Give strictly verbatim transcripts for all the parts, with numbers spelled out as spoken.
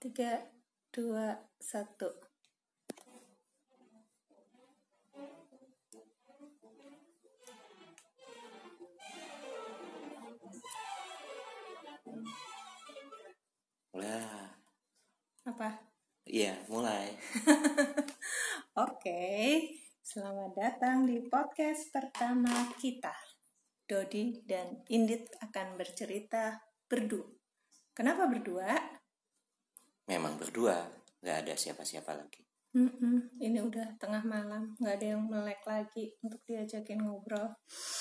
Tiga, dua, satu. Mulai. Apa? Iya, mulai. Oke, selamat datang di podcast pertama kita. Dodi dan Indit akan bercerita berdua. Kenapa berdua? Memang berdua, nggak ada siapa-siapa lagi. Mm-mm, ini udah tengah malam, nggak ada yang melek lagi untuk diajakin ngobrol.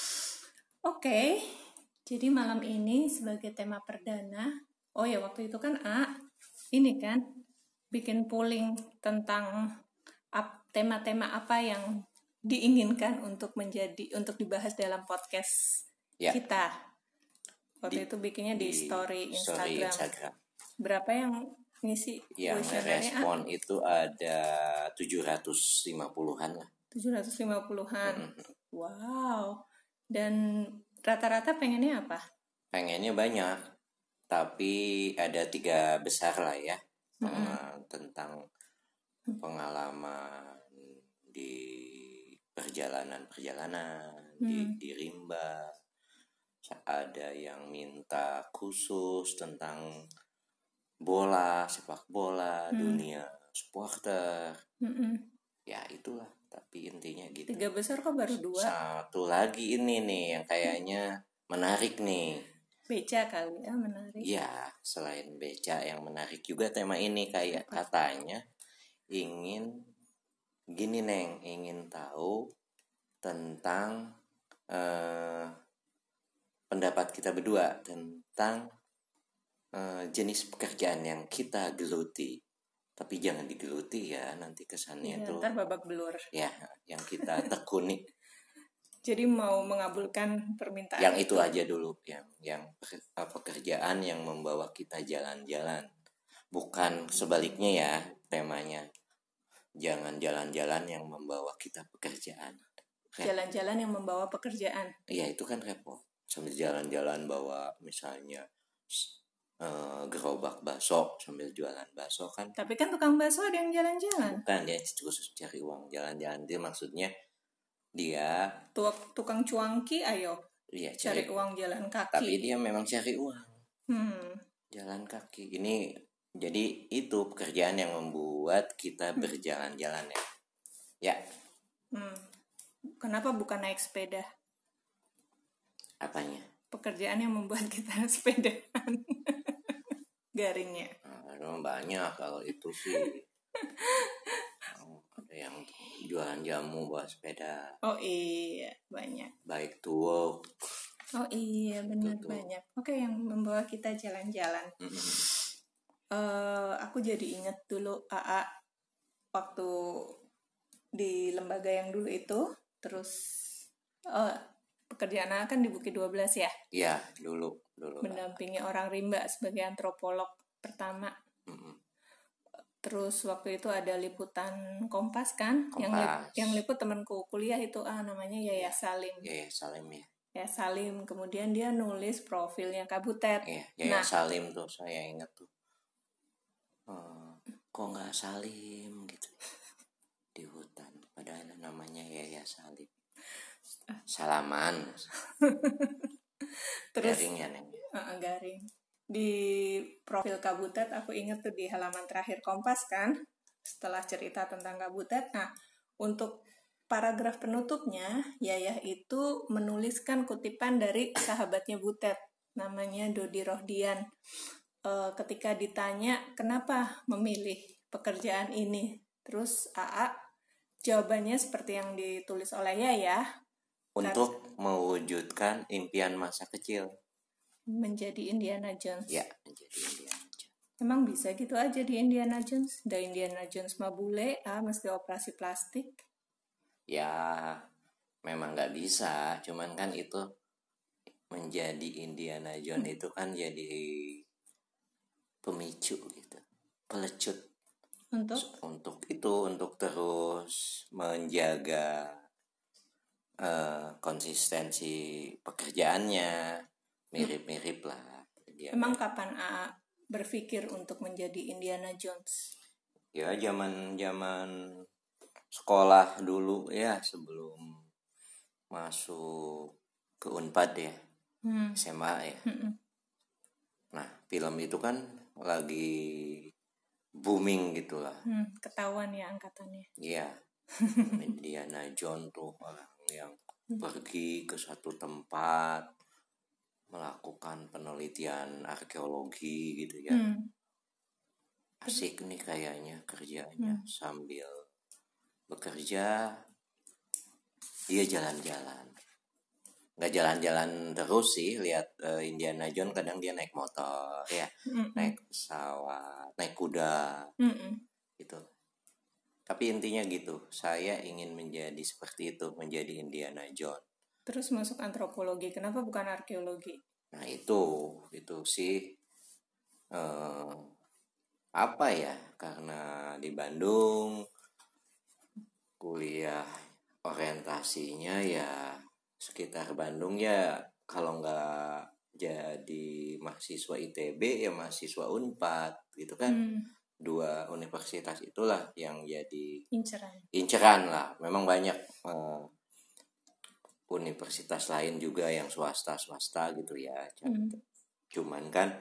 Oke, jadi malam ini sebagai tema perdana, oh ya waktu itu kan A, ini kan bikin polling tentang ap, tema-tema apa yang diinginkan untuk menjadi untuk dibahas dalam podcast Ya. kita. Waktu Di- itu bikinnya di, di story story Instagram. Instagram. Berapa yang ngisi Yang kuesionernya, A? respon itu ada tujuh ratus lima puluhan lah. tujuh ratus lima puluhan. Mm-mm. Wow. Dan rata-rata pengennya apa? Pengennya banyak, tapi ada tiga besar lah ya. Mm-mm. Peng- tentang pengalaman di perjalanan-perjalanan di, Hmm. di rimba. Ada yang minta khusus tentang bola, sepak bola, Hmm. dunia supporter. Mm-mm. Ya itulah, tapi intinya gitu. Tiga besar kok baru dua? Satu lagi ini nih yang kayaknya menarik nih. Beca kali ya, menarik. Ya, selain beca yang menarik juga tema ini kayak katanya ingin gini Neng, ingin tahu tentang eh, pendapat kita berdua tentang eh, jenis pekerjaan yang kita geluti. Tapi jangan digeluti ya, nanti kesannya Ya, tuh ntar babak belur. ya yang kita tekuni. Jadi mau mengabulkan permintaan Yang itu aja dulu, yang yang pekerjaan yang membawa kita jalan-jalan. Bukan sebaliknya ya temanya. Jangan jalan-jalan yang membawa kita pekerjaan. Rep- Jalan-jalan yang membawa pekerjaan. Iya itu kan repot. Sambil jalan-jalan bawa misalnya eh, gerobak bakso sambil jualan bakso kan. Tapi kan tukang bakso ada yang jalan-jalan. Bukan dia khusus cari uang jalan-jalan. Dia maksudnya dia Tuk- tukang cuangki, ayo dia cari cari uang jalan kaki. tapi dia memang cari uang Hmm. jalan kaki. Ini jadi itu pekerjaan yang membuat kita berjalan-jalan ya. Ya, Hmm. Kenapa bukan naik sepeda? apanya? Pekerjaan yang membuat kita sepedaan. Garingnya. Nah, banyak kalau itu sih. Oh, ada yang jualan jamu bawa sepeda. Oh iya, banyak. Bike to work. Oh iya, benar Betul. banyak. Oke, yang membawa kita jalan-jalan. Mm-mm. Eh, aku jadi inget dulu A A waktu di lembaga yang dulu itu, terus oh, pekerjaan A A kan di Bukit dua belas ya, Ya, dulu dulu. mendampingi orang rimba sebagai antropolog pertama. Mm-mm. Terus waktu itu ada liputan Kompas kan, yang lip- Kompas. yang liput temanku kuliah itu ah namanya Yaya Salim. Ya, ya Salim ya. Ya Salim, kemudian dia nulis profilnya Kabutet. Ya, ya Nah. Salim tuh saya ingat tuh. Eh, kok nggak Salim gitu di hutan. Padahal namanya Yaya Salim. Salaman. Terus Garing ya Neng. uh, garing. Di profil Kabutet aku ingat tuh di halaman terakhir Kompas kan, setelah cerita tentang Kabutet. Nah, untuk paragraf penutupnya, Yayah itu menuliskan kutipan dari sahabatnya Butet, namanya Dodi Rohdian. E, ketika ditanya kenapa memilih pekerjaan ini, terus A A jawabannya seperti yang ditulis oleh Yayah, Untuk mewujudkan impian masa kecil. menjadi Indiana Jones. Ya, menjadi Indiana Jones. Emang bisa gitu aja di Indiana Jones? Da Indiana Jones mah bule, ah mesti operasi plastik. Ya, memang nggak bisa. Cuman kan itu menjadi Indiana Jones Hmm. itu kan jadi pemicu gitu, pelecut Untuk untuk itu untuk terus menjaga eh, konsistensi pekerjaannya mirip-mirip lah. Dia emang kapan A A berpikir untuk menjadi Indiana Jones? Ya zaman zaman sekolah dulu ya, sebelum masuk ke Unpad ya, Hmm. S M A ya. Mm-mm. Nah film itu kan lagi booming gitulah. Hmm, ketahuan ya angkatannya. Iya. Indiana Jones tuh orang yang pergi ke satu tempat melakukan penelitian arkeologi gitu ya. Hmm. Asik nih kayaknya kerjanya. Hmm. Sambil bekerja dia jalan-jalan. Nggak jalan-jalan terus sih, lihat uh, Indiana Jones kadang dia naik motor ya, Mm-mm. naik pesawat, naik kuda Mm-mm. gitu. Tapi intinya gitu, saya ingin menjadi seperti itu, menjadi Indiana Jones. Terus masuk antropologi, kenapa bukan arkeologi? Nah itu, itu sih eh, apa ya? Karena di Bandung kuliah orientasinya ya sekitar Bandung ya, kalau nggak jadi mahasiswa I T B ya mahasiswa Unpad gitu kan. Hmm. Dua universitas itulah yang jadi Inceran. inceran lah. Memang banyak eh, universitas lain juga yang swasta-swasta gitu ya. Hmm. Cuman kan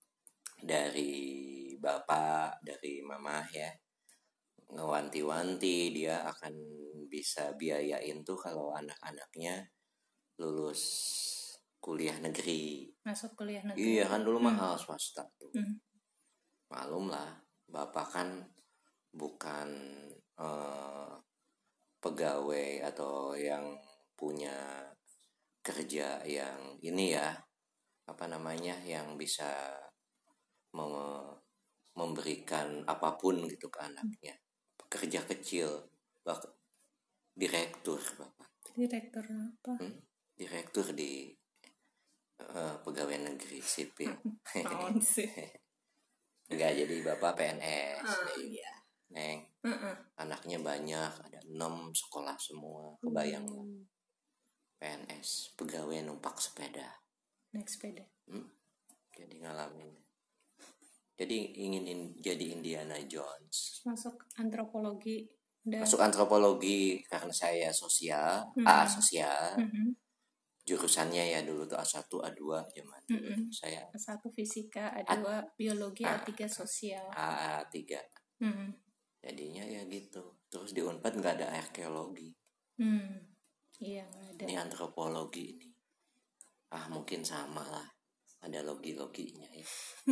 dari bapak, dari mama ya, ngewanti-wanti dia akan bisa biayain tuh kalau anak-anaknya lulus kuliah negeri. Masuk kuliah negeri. Iya kan dulu Hmm. mahal swasta tuh. Hmm. Malum lah, bapak kan bukan eh, pegawai atau yang punya kerja yang ini ya, apa namanya, yang bisa mem- memberikan apapun gitu ke anaknya. Pekerja kecil, bak direktur bapak. Direktur apa? Hmm? Direktur di uh, pegawai negeri sipil. Naon sih? Enggak, jadi bapak P N S. Oh, iya. Neng, Uh-uh. anaknya banyak, ada enam sekolah semua, kebayang lah. Hmm. P N S, pegawai numpak sepeda. Naik sepeda. Hmm? Jadi ngalamin. Jadi ingin in, jadi Indiana Jones. Masuk antropologi. Dan... Masuk antropologi karena saya sosial, hmm. A sosial. Hmm. Jurusannya ya dulu tuh A satu, A dua zaman dulu. Hmm. Saya A satu fisika, A dua A, biologi, A tiga sosial. A tiga. Hmm. Jadinya ya gitu. Terus di Unpad nggak ada arkeologi. Hmm. Iya nggak ada. Ini antropologi ini. Ah mungkin sama lah. Ada logi-loginya ya.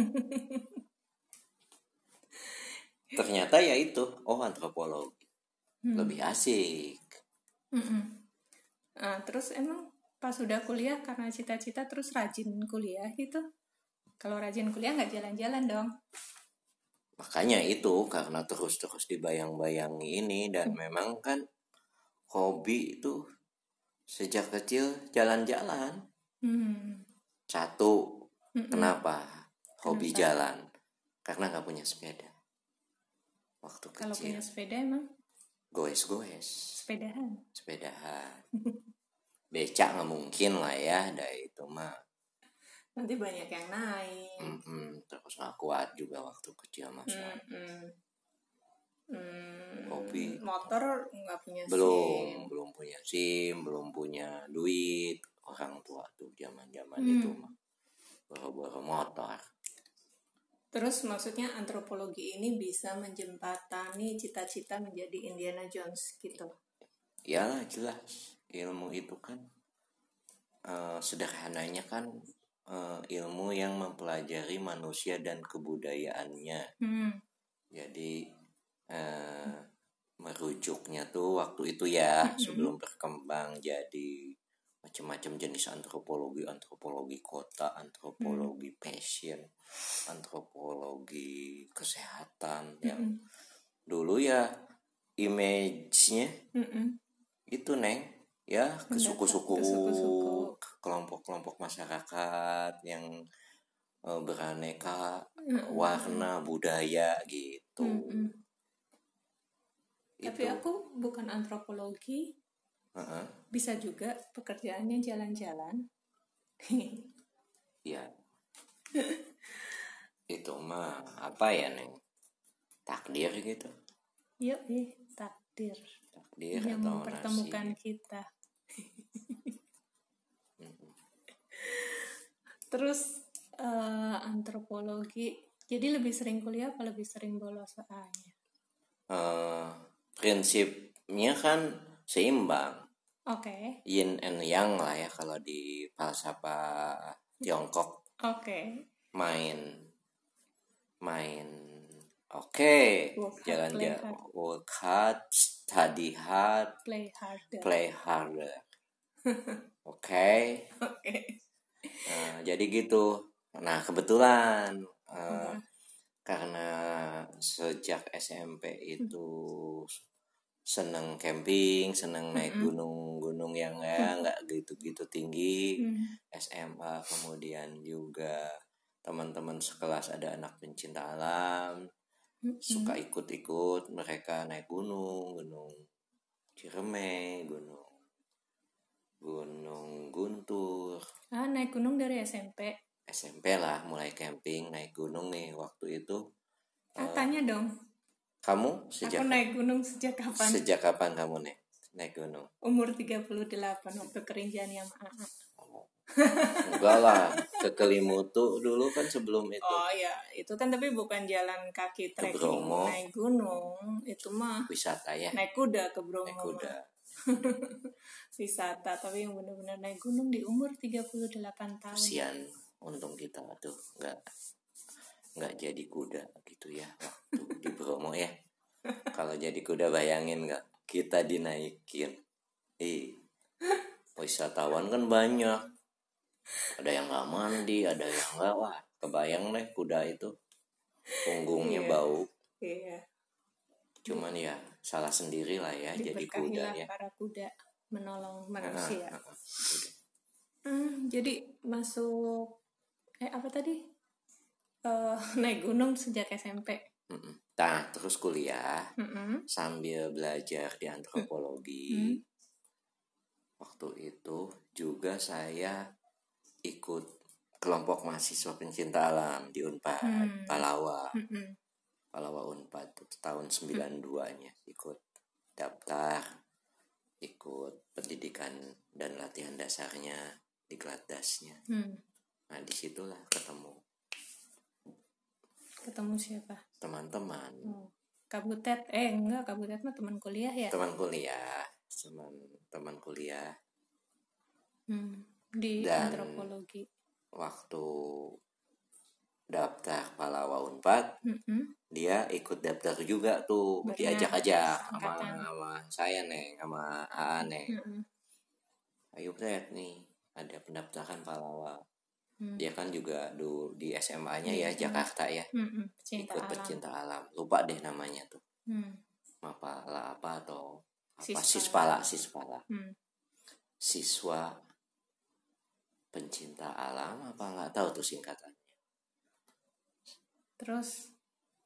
Ternyata ya itu, oh antropologi. Hmm. Lebih asik. Hmm. Nah, terus emang pas sudah kuliah karena cita-cita terus rajin kuliah gitu. Kalau rajin kuliah nggak jalan-jalan dong. Makanya itu karena terus-terus dibayang-bayangi ini dan hmm. memang kan hobi itu sejak kecil jalan-jalan. Hmm. Satu, hmm. kenapa hobi kenapa? jalan? Karena nggak punya sepeda. Waktu kecil. Kalau punya sepeda emang? Goes-goes. Sepedahan. Sepedahan. Becak nggak mungkin lah ya, dari itu mah. Nanti banyak yang naik. Mm-mm, terus nggak kuat juga waktu kecil mas. Mm-mm. Mm, Hobi. Motor nggak punya belum, SIM. belum punya SIM, belum punya duit. Orang tua tuh zaman-zaman hmm. itu mah bawa-bawa motor. Terus maksudnya antropologi ini bisa menjembatani cita-cita menjadi Indiana Jones gitu? Ya jelas, ilmu itu kan uh, sederhananya kan uh, ilmu yang mempelajari manusia dan kebudayaannya. Hmm. Jadi uh, merujuknya tuh waktu itu ya, hmm. sebelum berkembang jadi macam-macam jenis antropologi, antropologi kota, antropologi hmm. passion, antropologi kesehatan. Hmm. Yang dulu ya image-nya hmm. itu neng ya ke suku-suku, kelompok-kelompok masyarakat yang uh, beraneka hmm. warna budaya gitu. Hmm. Tapi aku bukan antropologi. Uh-huh. Bisa juga pekerjaannya jalan-jalan. Iya. itu mah apa ya Neng, takdir gitu, Yuk, ih, takdir takdir yang atau mempertemukan nasib. kita. Mm-mm. Terus eh, antropologi, jadi lebih sering kuliah apa lebih sering bolos soalnya? Eh, prinsipnya kan seimbang, Oke, yin and yang lah ya kalau di falsafah Tiongkok. oke. main main oke, Work hard, jalan play jalan, hard, work hard, study hard, play harder. play harder. Oke. Oke. Nah, jadi gitu. Nah, kebetulan eh, Apa? karena sejak S M P itu seneng camping, seneng naik Mm-mm. gunung-gunung yang ya nggak gitu-gitu tinggi. Mm. S M A kemudian juga teman-teman sekelas ada anak pencinta alam, Mm-mm. suka ikut-ikut mereka naik gunung, gunung Ciremai, gunung Gunung Guntur. Ah, naik gunung dari S M P. S M P lah mulai camping naik gunung nih waktu itu. Ah, eh, tanya dong. Kamu sejak Aku naik gunung sejak kapan? sejak kapan kamu naik naik gunung? Umur tiga puluh delapan waktu kerinjaan Yamaha. Oh, enggak lah, ke Kelimutu dulu kan sebelum itu. Oh ya, itu kan tapi bukan jalan kaki Ke trekking, Bromo. naik gunung. Itu mah Wisata ya. naik kuda ke Bromo. Naik kuda. Wisata, tapi yang benar-benar naik gunung di umur tiga puluh delapan tahun. Kasian, untung kita tuh nggak nggak jadi kuda gitu ya waktu di Bromo ya. Kalau jadi kuda bayangin nggak kita dinaikin. Eh, wisatawan kan banyak. Ada yang nggak mandi, ada yang nggak, wah kebayang deh kuda itu punggungnya Iya. bau. Iya. Cuman ya salah sendiri lah ya jadi kuda Diberkahilah ya. para kuda menolong Ah, manusia. ah, ah, udah. Hmm, jadi masuk eh apa tadi? Eh, naik gunung sejak S M P. Mm-mm. Nah terus kuliah Mm-mm. sambil belajar di antropologi. Mm. Waktu itu juga saya ikut kelompok mahasiswa pencinta alam di Unpad, Hmm. Palawa. Mm-mm. Palawa Unpad tuh, tahun sembilan puluh dua-nya ikut daftar, ikut pendidikan dan latihan dasarnya di Glatdasnya. Hmm. Nah disitulah ketemu Ketemu siapa? teman-teman, Oh, Kabutet. Eh enggak, Kabutet mah teman kuliah ya. teman kuliah, teman teman kuliah. Hmm. Di Dan antropologi. waktu daftar Palawa Unpad, Mm-mm. dia ikut daftar juga tuh, Barengan, diajak-ajak sama angkatan. sama saya Neng, sama Aa Neng. Mm-mm. Ayo Fred nih, ada pendaftaran Palawa. Hmm. Dia kan juga du, di S M A-nya Iya, ya iya. Jakarta ya, Mm-mm. Pecinta ikut alam. pecinta alam. Lupa deh namanya tuh, Hmm. Mapala apa atau apa, Sispala. Sispala, Sispala. Hmm. Siswa pencinta alam apa nggak tahu tuh singkatannya. Terus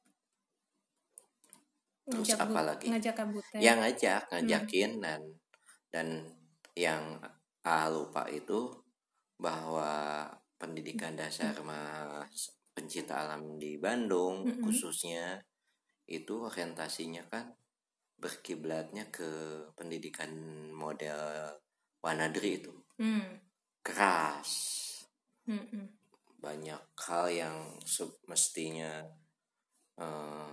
Terus ngajak apa bu- lagi? ngajak Kabutet. Yang ngajak, ngajakin dan dan yang A lupa itu bahwa pendidikan dasar mas pencinta alam di Bandung Mm-mm. khususnya itu orientasinya kan berkiblatnya ke pendidikan model Wanadri itu Hmm. keras, Mm-mm. banyak hal yang mestinya eh,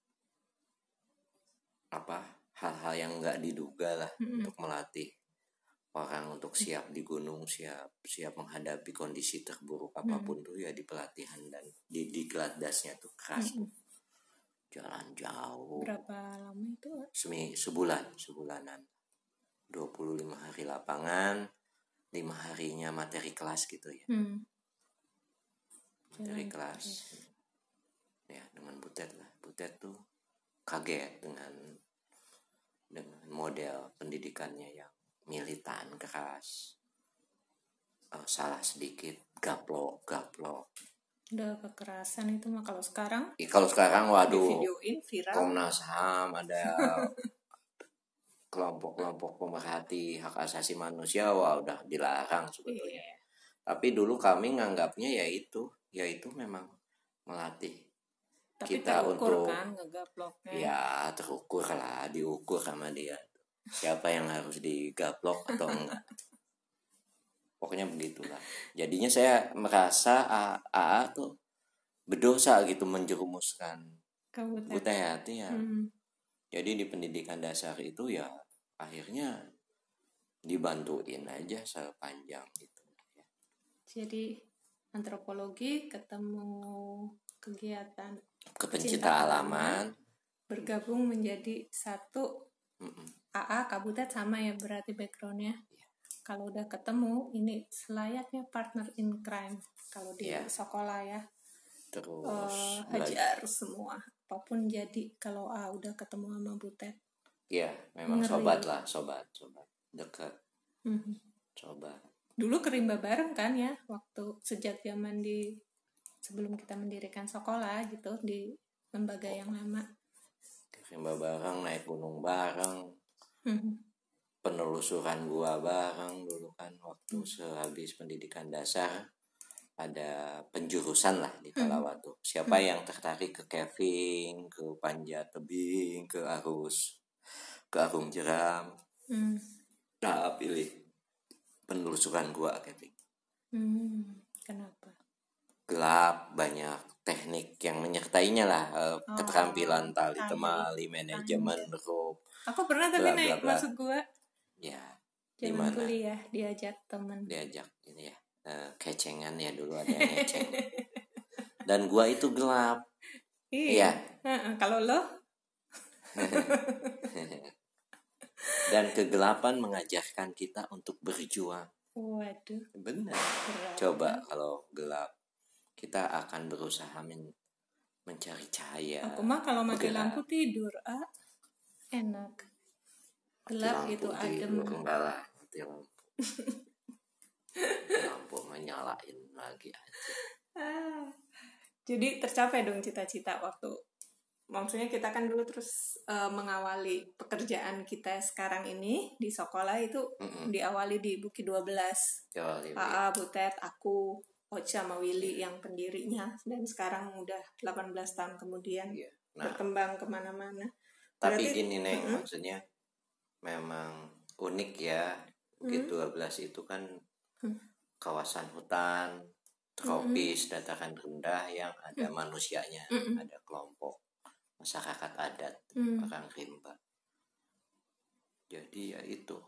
apa hal-hal yang nggak diduga lah. Mm-mm. Untuk melatih orang untuk siap di gunung, siap siap menghadapi kondisi terburuk apapun tuh ya di pelatihan dan di di Glatdasnya tuh keras tuh. Jalan jauh. Berapa lama itu? Semi sebulan, sebulanan. dua puluh lima hari lapangan, lima harinya materi kelas gitu ya. Hmm. Materi Jalan kelas. terus. Ya, dengan Butet lah. Butet tuh kaget dengan dengan model pendidikannya yang militan keras. Uh, salah sedikit gaplok gaplok. Udah kekerasan itu mah kalau sekarang. Ya, kalau sekarang waduh. Videoin viral. Komnas H A M ada kelompok-kelompok pemerhati hak asasi manusia, wah udah dilarang sebetulnya. Yeah. Tapi dulu kami nganggapnya ya itu, ya itu memang melatih Tapi kita terukur untuk kan ngegaploknya. ya terukur lah, diukur sama dia siapa yang harus digaplok atau enggak. Pokoknya begitulah. Jadinya saya merasa A A tuh berdosa gitu menjerumuskan Butet ya. Hmm. Jadi di pendidikan dasar itu ya akhirnya dibantuin aja sepanjang itu. Jadi antropologi ketemu kegiatan kepencinta alaman bergabung menjadi satu. Mm-mm. A A Kabutet sama ya berarti backgroundnya. Yeah. Kalau udah ketemu ini selayaknya partner in crime kalau di yeah. sekolah ya. Terus uh, hajar semua apapun jadi kalau A udah ketemu sama Butet. Iya, memang ngeri. Sobat lah, sobat, sobat dekat. Mm-hmm. Sobat. Dulu kerimba bareng kan ya waktu sejak zaman di sebelum kita mendirikan sekolah gitu di lembaga yang lama. Kerimba bareng, naik gunung bareng. Mm-hmm. Penelusuran gua bareng dulu kan waktu mm-hmm. sehabis pendidikan dasar. Ada penjurusan lah di Kalawatu. Hmm. Siapa hmm. yang tertarik ke Kevin, ke Panjat Tebing, ke Arus, ke Arung Jeram. Hmm. Nah, pilih penelusuran gua Kevin. Hmm. Kenapa? Gelap, banyak teknik yang menyertainya lah. Oh, keterampilan tali temali, manajemen grup. Aku pernah tapi naik masuk gua. Ya. Zaman kuliah diajak teman. Diajak ini ya. Uh, kecengan ya dulu ada yang ngeceng. Dan gua itu gelap. Iya. Uh-uh. Kalau lo? Dan kegelapan mengajarkan kita untuk berjuang. Waduh. Benar. Coba kalau gelap kita akan berusaha men- mencari cahaya. Aku mah kalau mati lampu tidur, ah enak. Gelap itu adem. Enggak lah, mati lampu. Lampu menyalain lagi aja. Ah, jadi tercapai dong cita-cita waktu. Maksudnya kita kan dulu terus uh, mengawali pekerjaan kita sekarang ini di sekolah itu mm-mm. diawali di Buki dua belas. A A, Butet, aku, Ocha sama Willy yang pendirinya dan sekarang udah delapan belas tahun kemudian yeah. Nah, berkembang kemana-mana. Tapi berarti, gini Neng, mm-mm. maksudnya memang unik ya. Buki mm-mm. dua belas itu kan kawasan hutan tropis, mm-hmm. dataran rendah yang ada mm-hmm. manusianya, mm-hmm. ada kelompok masyarakat adat, mm-hmm. orang rimba. Jadi ya itu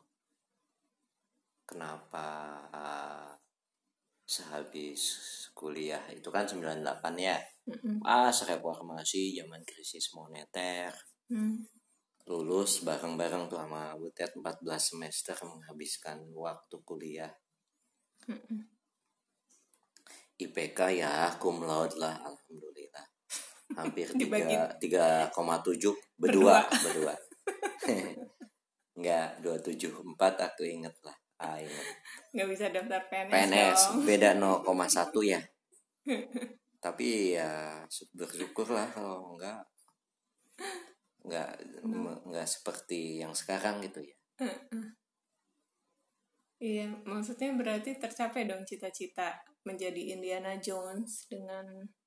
kenapa uh, sehabis kuliah itu kan sembilan puluh delapan ya, mm-hmm. ah reformasi zaman krisis moneter, mm-hmm. lulus bareng-bareng tuh sama Butet empat belas semester menghabiskan waktu kuliah. Mm-mm. I P K ya cum laude lah alhamdulillah hampir tiga koma tujuh berdua berdua enggak dua tujuh empat aku inget lah ah, inget. Nggak bisa daftar P N S P N S dong. Beda nol koma satu ya tapi ya bersyukur lah kalau enggak enggak hmm. enggak seperti yang sekarang gitu ya. Uh-uh. Iya, maksudnya berarti tercapai dong cita-cita menjadi Indiana Jones dengan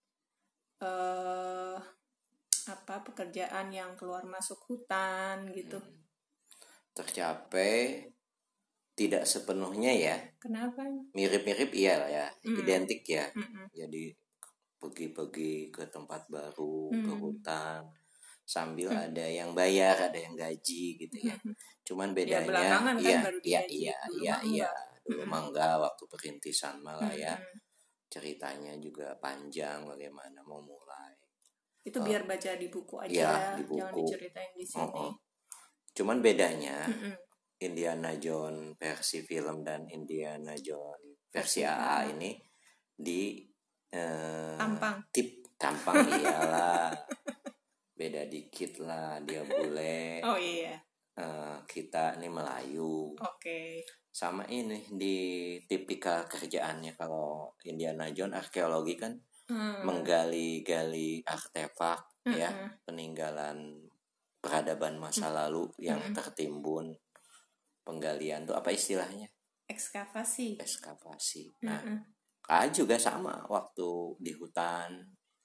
uh, apa pekerjaan yang keluar masuk hutan gitu. Hmm. Tercapai tidak sepenuhnya ya. Kenapa? Mirip-mirip iya lah ya, mm. identik ya. Mm-mm. Jadi pergi-pergi ke tempat baru, mm. ke hutan. Sambil hmm. ada yang bayar, ada yang gaji gitu ya. Hmm. Cuman bedanya, ya, kan iya, baru iya, iya, iya, iya, dulu hmm. mangga waktu perintisan malah hmm. ya. Ceritanya juga panjang bagaimana mau mulai. Itu uh, biar baca di buku aja, ya, di buku. Jangan diceritain di sini. Uh-uh. Cuman bedanya hmm. Indiana Jones versi film dan Indiana Jones versi A A ini di uh, tampang. Tip tampang iyalah. Beda dikit lah dia bule. Oh iya. Uh, kita ini Melayu. Oke. Okay. Sama ini di tipikal kerjaannya kalau Indiana Jones arkeologi kan hmm. menggali-gali artefak hmm. ya peninggalan peradaban masa hmm. lalu yang hmm. tertimbun. Penggalian tuh apa istilahnya? Ekskavasi. Ekskavasi. Nah, hmm. Kak juga sama waktu di hutan.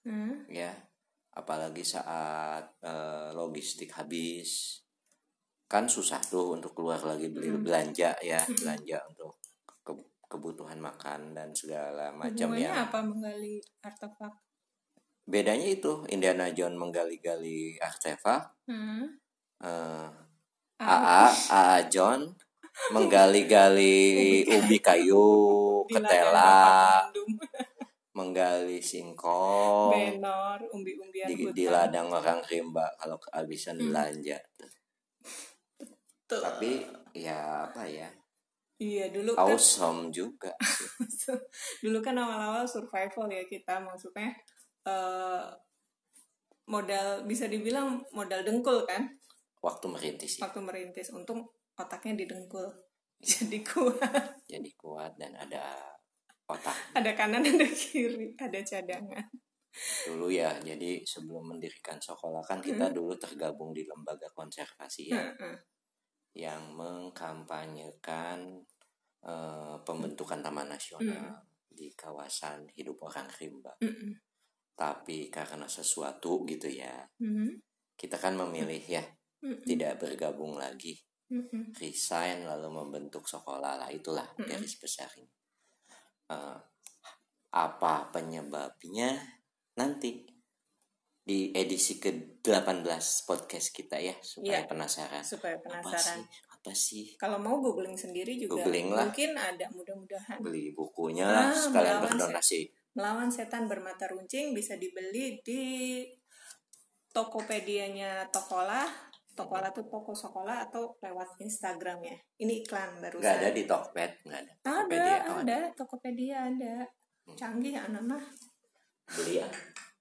Hmm. ya, apalagi saat uh, logistik habis, kan susah tuh untuk keluar lagi beli Hmm. belanja ya, Hmm. belanja untuk ke- kebutuhan makan dan segala macam Hubungannya yang apa menggali artefak? bedanya itu Indiana Jones menggali-gali artefak, Hmm. uh, Ah, A A A A John menggali-gali ubi kayu, di ladang Bapak ketela, Gundum. menggali singkong Benor, umbi-umbian di, hutan. di ladang orang rimba kalau kehabisan Hmm. belanja. Tuh. Tapi ya apa ya? Iya, dulu kan Awesome juga sih. dulu kan awal-awal survival ya kita, maksudnya uh, modal, bisa dibilang modal dengkul kan Waktu merintis ya. waktu merintis. Untung otaknya didengkul jadi kuat. Jadi kuat dan ada otak. Ada kanan, ada kiri, ada cadangan. Dulu ya, jadi sebelum mendirikan sekolah kan kita dulu tergabung di lembaga konservasi ya, Hmm. yang mengkampanyekan uh, pembentukan taman nasional Hmm. di kawasan hidup orang rimba. Hmm. Tapi karena sesuatu gitu ya, Hmm. kita kan memilih ya Hmm. tidak bergabung lagi, Hmm. resign lalu membentuk sekolah lah, itulah Hmm. garis besarnya. Uh, apa penyebabnya nanti di edisi ke delapan belas podcast kita ya, supaya Ya, penasaran. supaya Apa penasaran. sih? Apa sih? Kalau mau googling sendiri juga Googling lah. mungkin ada, mudah-mudahan. Beli bukunya lah, Ah, sekalian melawan berdonasi. Melawan Setan Bermata Runcing bisa dibeli di Tokopedia-nya Tokola. Tokola tuh toko sekolah, atau lewat Instagram ya. Ini iklan barusan. Nggak ada di Tokped, nggak ada. Ada, Tokopedia, oh, ada, ada. Tokopedia ada. Canggih anak mah. Beli ya.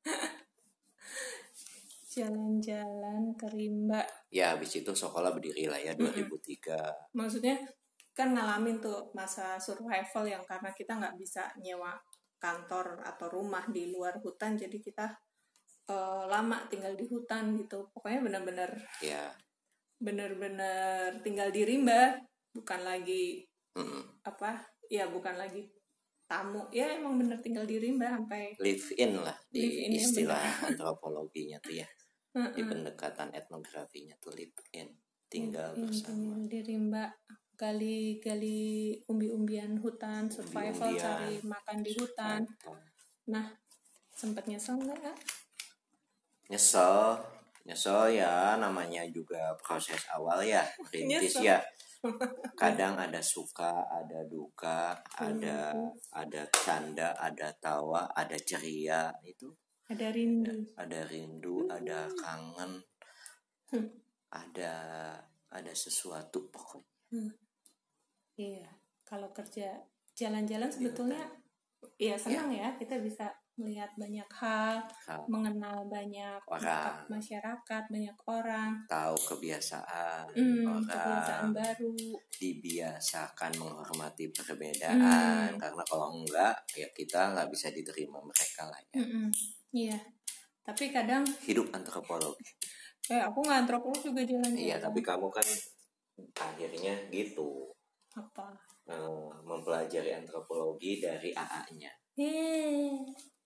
Jalan-jalan ke rimba. Ya, habis itu sekolah berdiri lah ya dua ribu tiga. Maksudnya kan ngalamin tuh masa survival yang karena kita nggak bisa nyewa kantor atau rumah di luar hutan, jadi kita uh, lama tinggal di hutan gitu. Pokoknya benar-benar ya, benar-benar tinggal di rimba, bukan lagi mm. apa ya, bukan lagi tamu ya, emang bener tinggal di rimba sampai live in lah di live in, istilah ya, antropologinya tuh ya. Di pendekatan etnografinya tuh live in, tinggal in, bersama di rimba, gali-gali umbi-umbian hutan, survival, umbi-umbian, cari makan di hutan. Survival. Nah, sempet nyesel nggak? Nyesel, nyesel ya, namanya juga proses awal ya, rintis ya. Kadang ada suka, ada duka, ada ada canda, ada tawa, ada ceria, itu. Ada rindu. Ada rindu, ada kangen, ada ada sesuatu pokoknya. Hmm. Iya, kalau kerja jalan-jalan sebetulnya iya senang ya. ya, kita bisa melihat banyak hal, hal. mengenal banyak orang, masyarakat, banyak orang, tahu kebiasaan hmm, orang, kebiasaan baru, dibiasakan menghormati perbedaan, hmm. karena kalau enggak ya kita nggak bisa diterima mereka lah ya. Mm-mm. Iya, tapi kadang hidup antropolog. Eh, aku nggak antropolog juga jalan-jalan. Iya, tapi kamu kan akhirnya gitu. Apa? Uh, mempelajari antropologi dari A A-nya. Eh.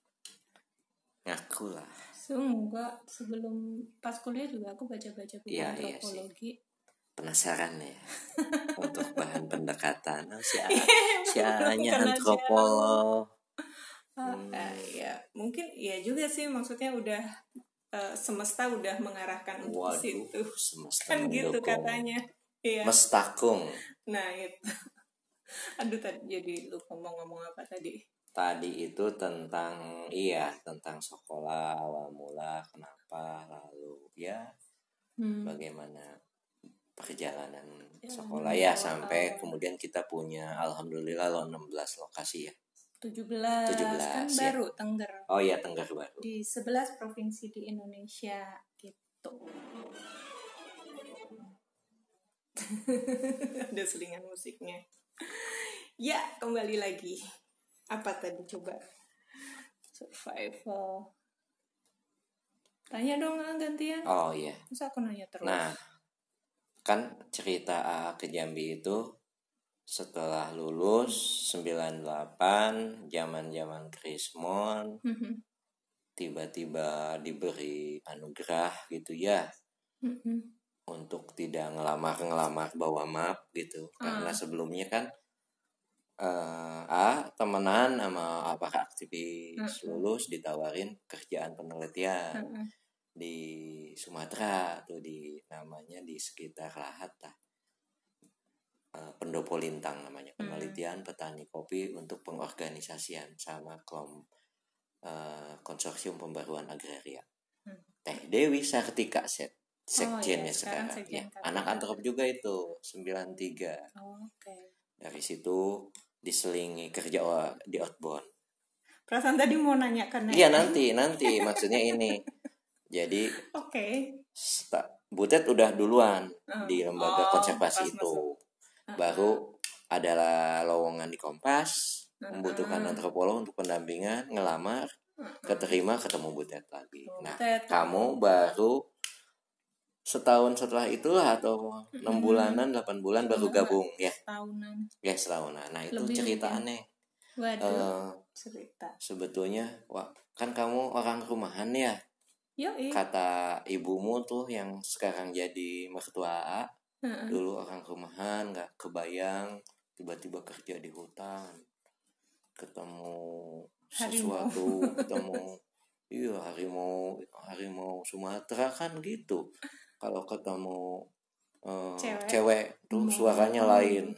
Ngaku lah. Enggak, sebelum pas kuliah juga aku baca-baca buku ya, antropologi. Iya, penasaran ya untuk bahan pendekatan. Oh, si A, si A-nya antropolog. Hmm. Uh, ya mungkin iya juga sih, maksudnya udah uh, semesta udah mengarahkan untuk ke situ kan mendukung. Gitu katanya iya. Mestakung. Nah itu aduh tadi jadi lupa mau ngomong apa tadi tadi itu tentang iya tentang sekolah awal mula kenapa, lalu ya hmm. bagaimana perjalanan ya, sekolah ya sampai awal. Kemudian kita punya alhamdulillah lo enam belas lokasi ya. tujuh belas, tujuh belas kan ya. Baru Tengger. Oh iya, Tengger baru. Di sebelas provinsi di Indonesia gitu. Ada selingan musiknya. Ya, kembali lagi. Apa tadi coba? Survival. Tanya dong gantian. Oh iya. Masa aku nanya terus? Nah, kan cerita A A ke Jambi itu setelah lulus sembilan puluh delapan, zaman-zaman Krismon, mm-hmm. tiba-tiba diberi anugerah gitu ya, Mm-mm. untuk tidak ngelamar-ngelamar bawa map gitu. Karena Ah. sebelumnya kan uh, A temenan sama apa aktivis Mm-mm. lulus ditawarin kerjaan penelitian Mm-mm. di Sumatera tuh, di namanya di sekitar Lahat lah. Uh, Pendopo Lintang namanya, penelitian petani kopi untuk pengorganisasian sama kelompok uh, konsorsium pembaruan agraria. Hmm. Teh Dewi Sartika set sekjennya Oh, iya, sekarang, sekarang sekjen ya. Anak antrop juga itu sembilan tiga. Oh, oke. Okay. Dari situ diselingi kerja di outbound. Perasaan tadi mau nanya kan? Iya nanti nanti maksudnya ini. Jadi Oke. Okay. Butet udah duluan uh, di lembaga oh, konservasi itu. Uh-uh. Baru adalah lowongan di Kompas, uh-uh. membutuhkan antropolog untuk pendampingan, ngelamar, uh-uh. keterima, ketemu Butet lagi. Oh, nah, Butet. Kamu baru setahun setelah itulah atau enam mm-hmm. bulanan, delapan bulan baru gabung ya. Setahunan. Ya, setahunan. Nah, itu Lebih cerita ya. aneh. Waduh, uh, cerita. Sebetulnya, wah, kan kamu orang rumahan ya. Yoi. Kata ibumu tuh yang sekarang jadi mertua A, uh-uh. dulu orang rumahan, nggak kebayang tiba-tiba kerja di hutan, ketemu sesuatu, harimau. ketemu iya harimau harimau Sumatera kan gitu. Kalau ketemu uh, cewek. cewek tuh mau. Suaranya lain.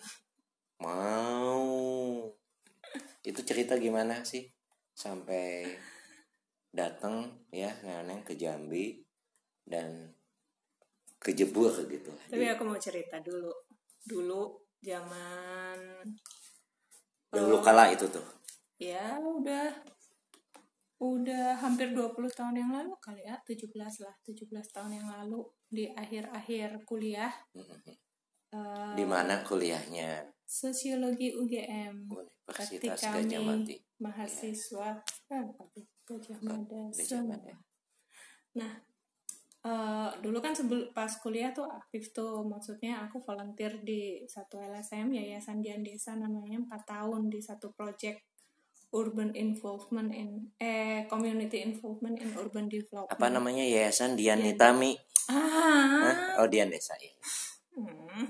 Mau. Itu cerita gimana sih sampai datang ya Neneng ke Jambi dan kejebur gitu. Tapi aku mau cerita dulu. Dulu zaman dulu uh, kala itu tuh. Ya, udah udah hampir dua puluh tahun yang lalu kali ya, tujuh belas lah, tujuh belas tahun yang lalu di akhir-akhir kuliah. Mm-hmm. Uh, di mana kuliahnya? Sosiologi U G M. Universitas Gajah Mati. Mahasiswa kan ya. Gajah Mada semua. Nah, uh, dulu kan sebelum pas kuliah tuh aktif tuh, maksudnya aku volunteer di satu L S M Yayasan Dian Desa namanya empat tahun di satu project urban involvement in eh community involvement in urban development. Apa namanya Yayasan Dian Nitami? Ah. Hah? Oh Dian Desa ya. Hmm.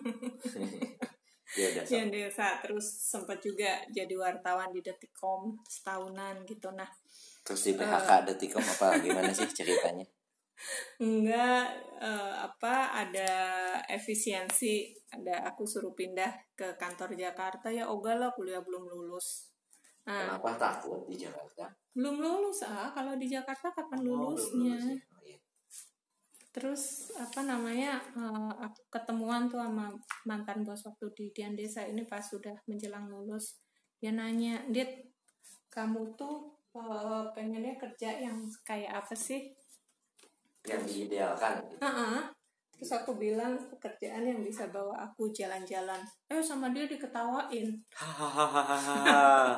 Dian Desa, terus sempat juga jadi wartawan di Detikom setahunan gitu. Nah, terus di P H K uh, Detikom apa gimana sih ceritanya? Enggak, uh, apa ada efisiensi, ada aku suruh pindah ke kantor Jakarta ya, ogah lah kuliah belum lulus. Nah, kenapa takut di Jakarta? Belum lulus ah, kalau di Jakarta kapan oh, lulusnya? Lulus, ya? Oh, iya. Terus apa namanya? Uh, aku ketemuan tuh sama mantan bos waktu di Dian Desa ini pas sudah menjelang lulus. Dia nanya, "Dit, kamu tuh uh, pengennya kerja yang kayak apa sih?" Yang diidealkan. Gitu. Uh-uh. Terus aku bilang pekerjaan yang bisa bawa aku jalan-jalan. Eh sama dia diketawain. Hahaha.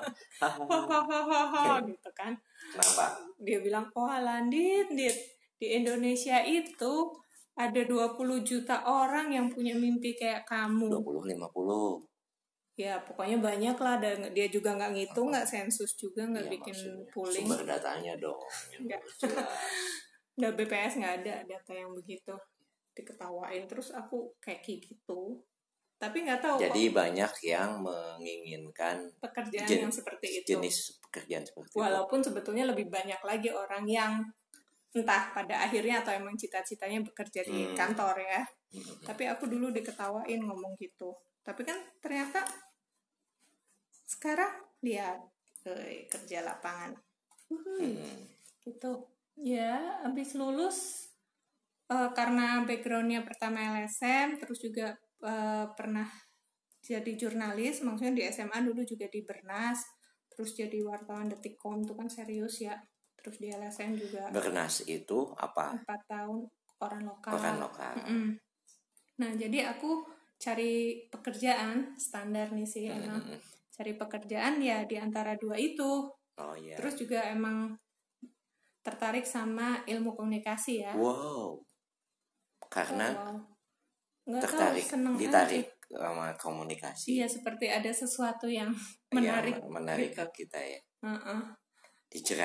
Gitu kan. Kenapa? Dia bilang, "Oh Alandit, Dit, di Indonesia itu ada dua puluh juta orang yang punya mimpi kayak kamu." dua puluh lima puluh. Ya pokoknya banyak lah. Dan dia juga nggak ngitung, nggak sensus juga, nggak ya, bikin polling. Sumber datanya dong. Nggak. Nggak B P S nggak ada data yang begitu. Diketawain terus aku kayak gitu, tapi nggak tahu jadi kok. Banyak yang menginginkan pekerjaan jen- yang seperti itu, jenis pekerjaan seperti walaupun itu. Sebetulnya lebih banyak lagi orang yang entah pada akhirnya atau emang cita-citanya bekerja di hmm. kantor ya. hmm. Tapi aku dulu diketawain ngomong gitu, tapi kan ternyata sekarang lihat eh, kerja lapangan hmm. gitu ya. Habis lulus Uh, karena backgroundnya pertama L S M, terus juga uh, pernah jadi jurnalis, maksudnya di S M A dulu juga di Bernas, terus jadi wartawan Detikom, itu kan serius ya. Terus di L S M juga. Bernas itu apa? Empat tahun koran lokal. Koran lokal. Mm-mm. Nah jadi aku cari pekerjaan standar nih sih mm-hmm. emang cari pekerjaan ya di antara dua itu. Oh iya. Terus juga emang tertarik sama ilmu komunikasi ya. Wow. Karena oh, wow. tertarik, tahu, ditarik aja sama komunikasi. Iya, seperti ada sesuatu yang menarik. Yang menarik gitu. kita ya. Uh-uh. Dijerat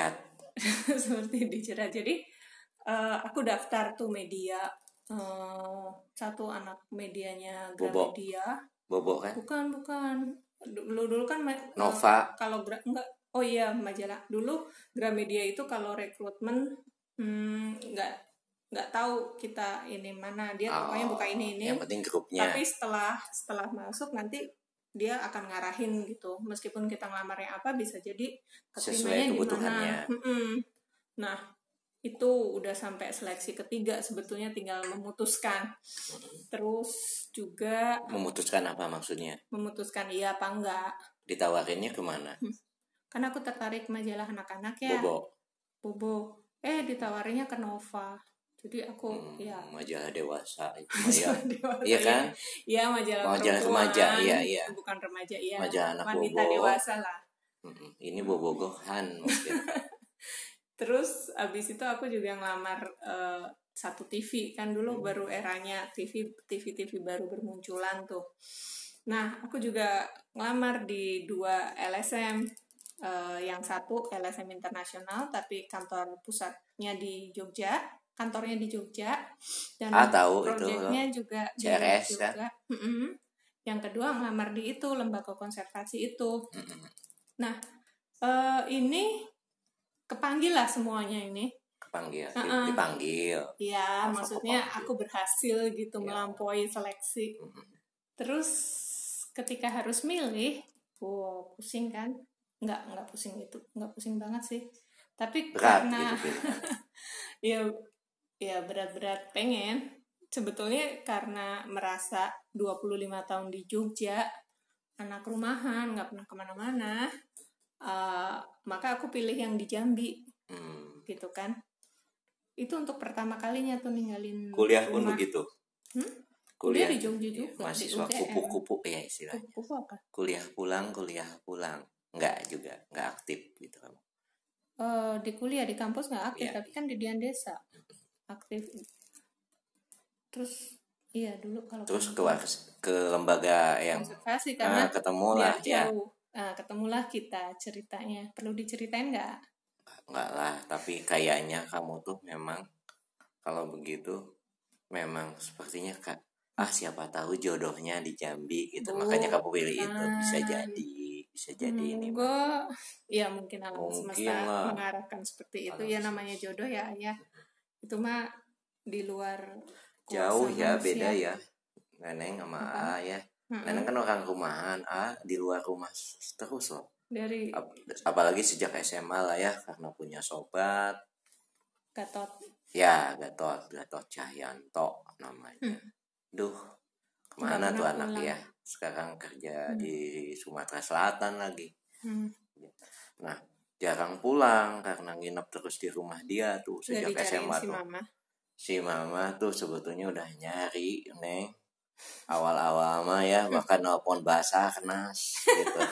seperti dijerat. Jadi uh, aku daftar tuh media, uh, satu anak medianya Bobo. Gramedia. Bobo kan? Bukan, bukan. Dulu dulu kan uh, Nova. Kalau gra, enggak. Oh iya, majalah. Dulu Gramedia itu kalau rekrutmen hmm, enggak nggak tahu kita ini mana, dia Oh, pokoknya buka ini ini. Yang penting grupnya. Tapi setelah setelah masuk nanti dia akan ngarahin gitu. Meskipun kita ngelamarnya apa, bisa jadi keterimanya di mana. Nah, itu udah sampai seleksi ketiga, sebetulnya tinggal memutuskan. Terus juga memutuskan apa maksudnya? Memutuskan iya apa enggak. Ditawarinnya kemana? Hmm. Karena aku tertarik majalah anak-anak ya. Bobo. Bobo. Eh ditawarinnya ke Nova. Jadi aku hmm, ya majalah dewasa itu ya. Dewasa, iya kan? Iya, majalah, majalah remaja, iya iya. Bukan remaja, iya. Majalah anak wanita bobo. Dewasa lah. Hmm, ini bobogohan mungkin. Terus abis itu aku juga ngelamar uh, satu T V kan dulu hmm. baru eranya T V T V T V baru bermunculan tuh. Nah, aku juga ngelamar di dua L S M. Uh, yang satu L S M internasional tapi kantor pusatnya di Jogja, kantornya di Jogja, dan ah, tahu, proyeknya juga C R S, di Jogja. Kan? Mm-hmm. Yang kedua ngelamar di itu lembaga konservasi itu. Mm-hmm. Nah, uh, ini kepanggil lah semuanya ini. Kepanggil, uh-uh. dipanggil. Iya, maksudnya kepanggil. Aku berhasil gitu ya. Melampaui seleksi. Mm-hmm. Terus ketika harus milih, wow pusing kan? Nggak, nggak pusing itu, nggak pusing banget sih. Tapi berat, karena gitu, ya, ya berat-berat pengen. Sebetulnya karena merasa dua puluh lima tahun di Jogja, anak rumahan, nggak pernah kemana-mana, uh, maka aku pilih yang di Jambi, hmm. gitu kan. Itu untuk pertama kalinya tuh ninggalin kuliah rumah. Pun begitu. Hmm? Kuliah, kuliah di Jogja juga. Mahasiswa kupu-kupu ya istilahnya. Kupu-kupu apa? Kuliah pulang, kuliah pulang. Enggak juga, enggak aktif gitu kamu. Uh, di kuliah di kampus nggak aktif, ya. Tapi kan di Dian Desa aktif. Terus iya dulu kalau terus ke ke lembaga yang konservasi karena ah, ketemulah ya. Nah, ketemulah kita ceritanya. Perlu diceritain nggak? Enggak lah, tapi kayaknya kamu tuh memang kalau begitu memang sepertinya Kak, ah siapa tahu jodohnya di Jambi gitu. Oh, makanya kamu pilih kan. Itu bisa jadi bisa jadi hmm, ini gua ya mungkin alam semesta lah. Mengarahkan seperti itu alam ya namanya jodoh ya ya itu mah di luar jauh ya manusia. Beda ya Neneng sama A ya. Mm-hmm. Neneng kan orang rumahan, A di luar rumah terus loh dari Ap- apalagi sejak S M A lah ya karena punya sobat Gatot ya Gatot Gatot Cahyanto namanya. hmm. Duh kemana tuh anak pulang. Ya sekarang kerja hmm. di Sumatera Selatan lagi. hmm. Nah jarang pulang karena nginep terus di rumah dia tuh sejak S M A si tuh mama. Si mama tuh sebetulnya udah nyari Neng awal-awal mah ya bahkan nelpon Basarnas gitu.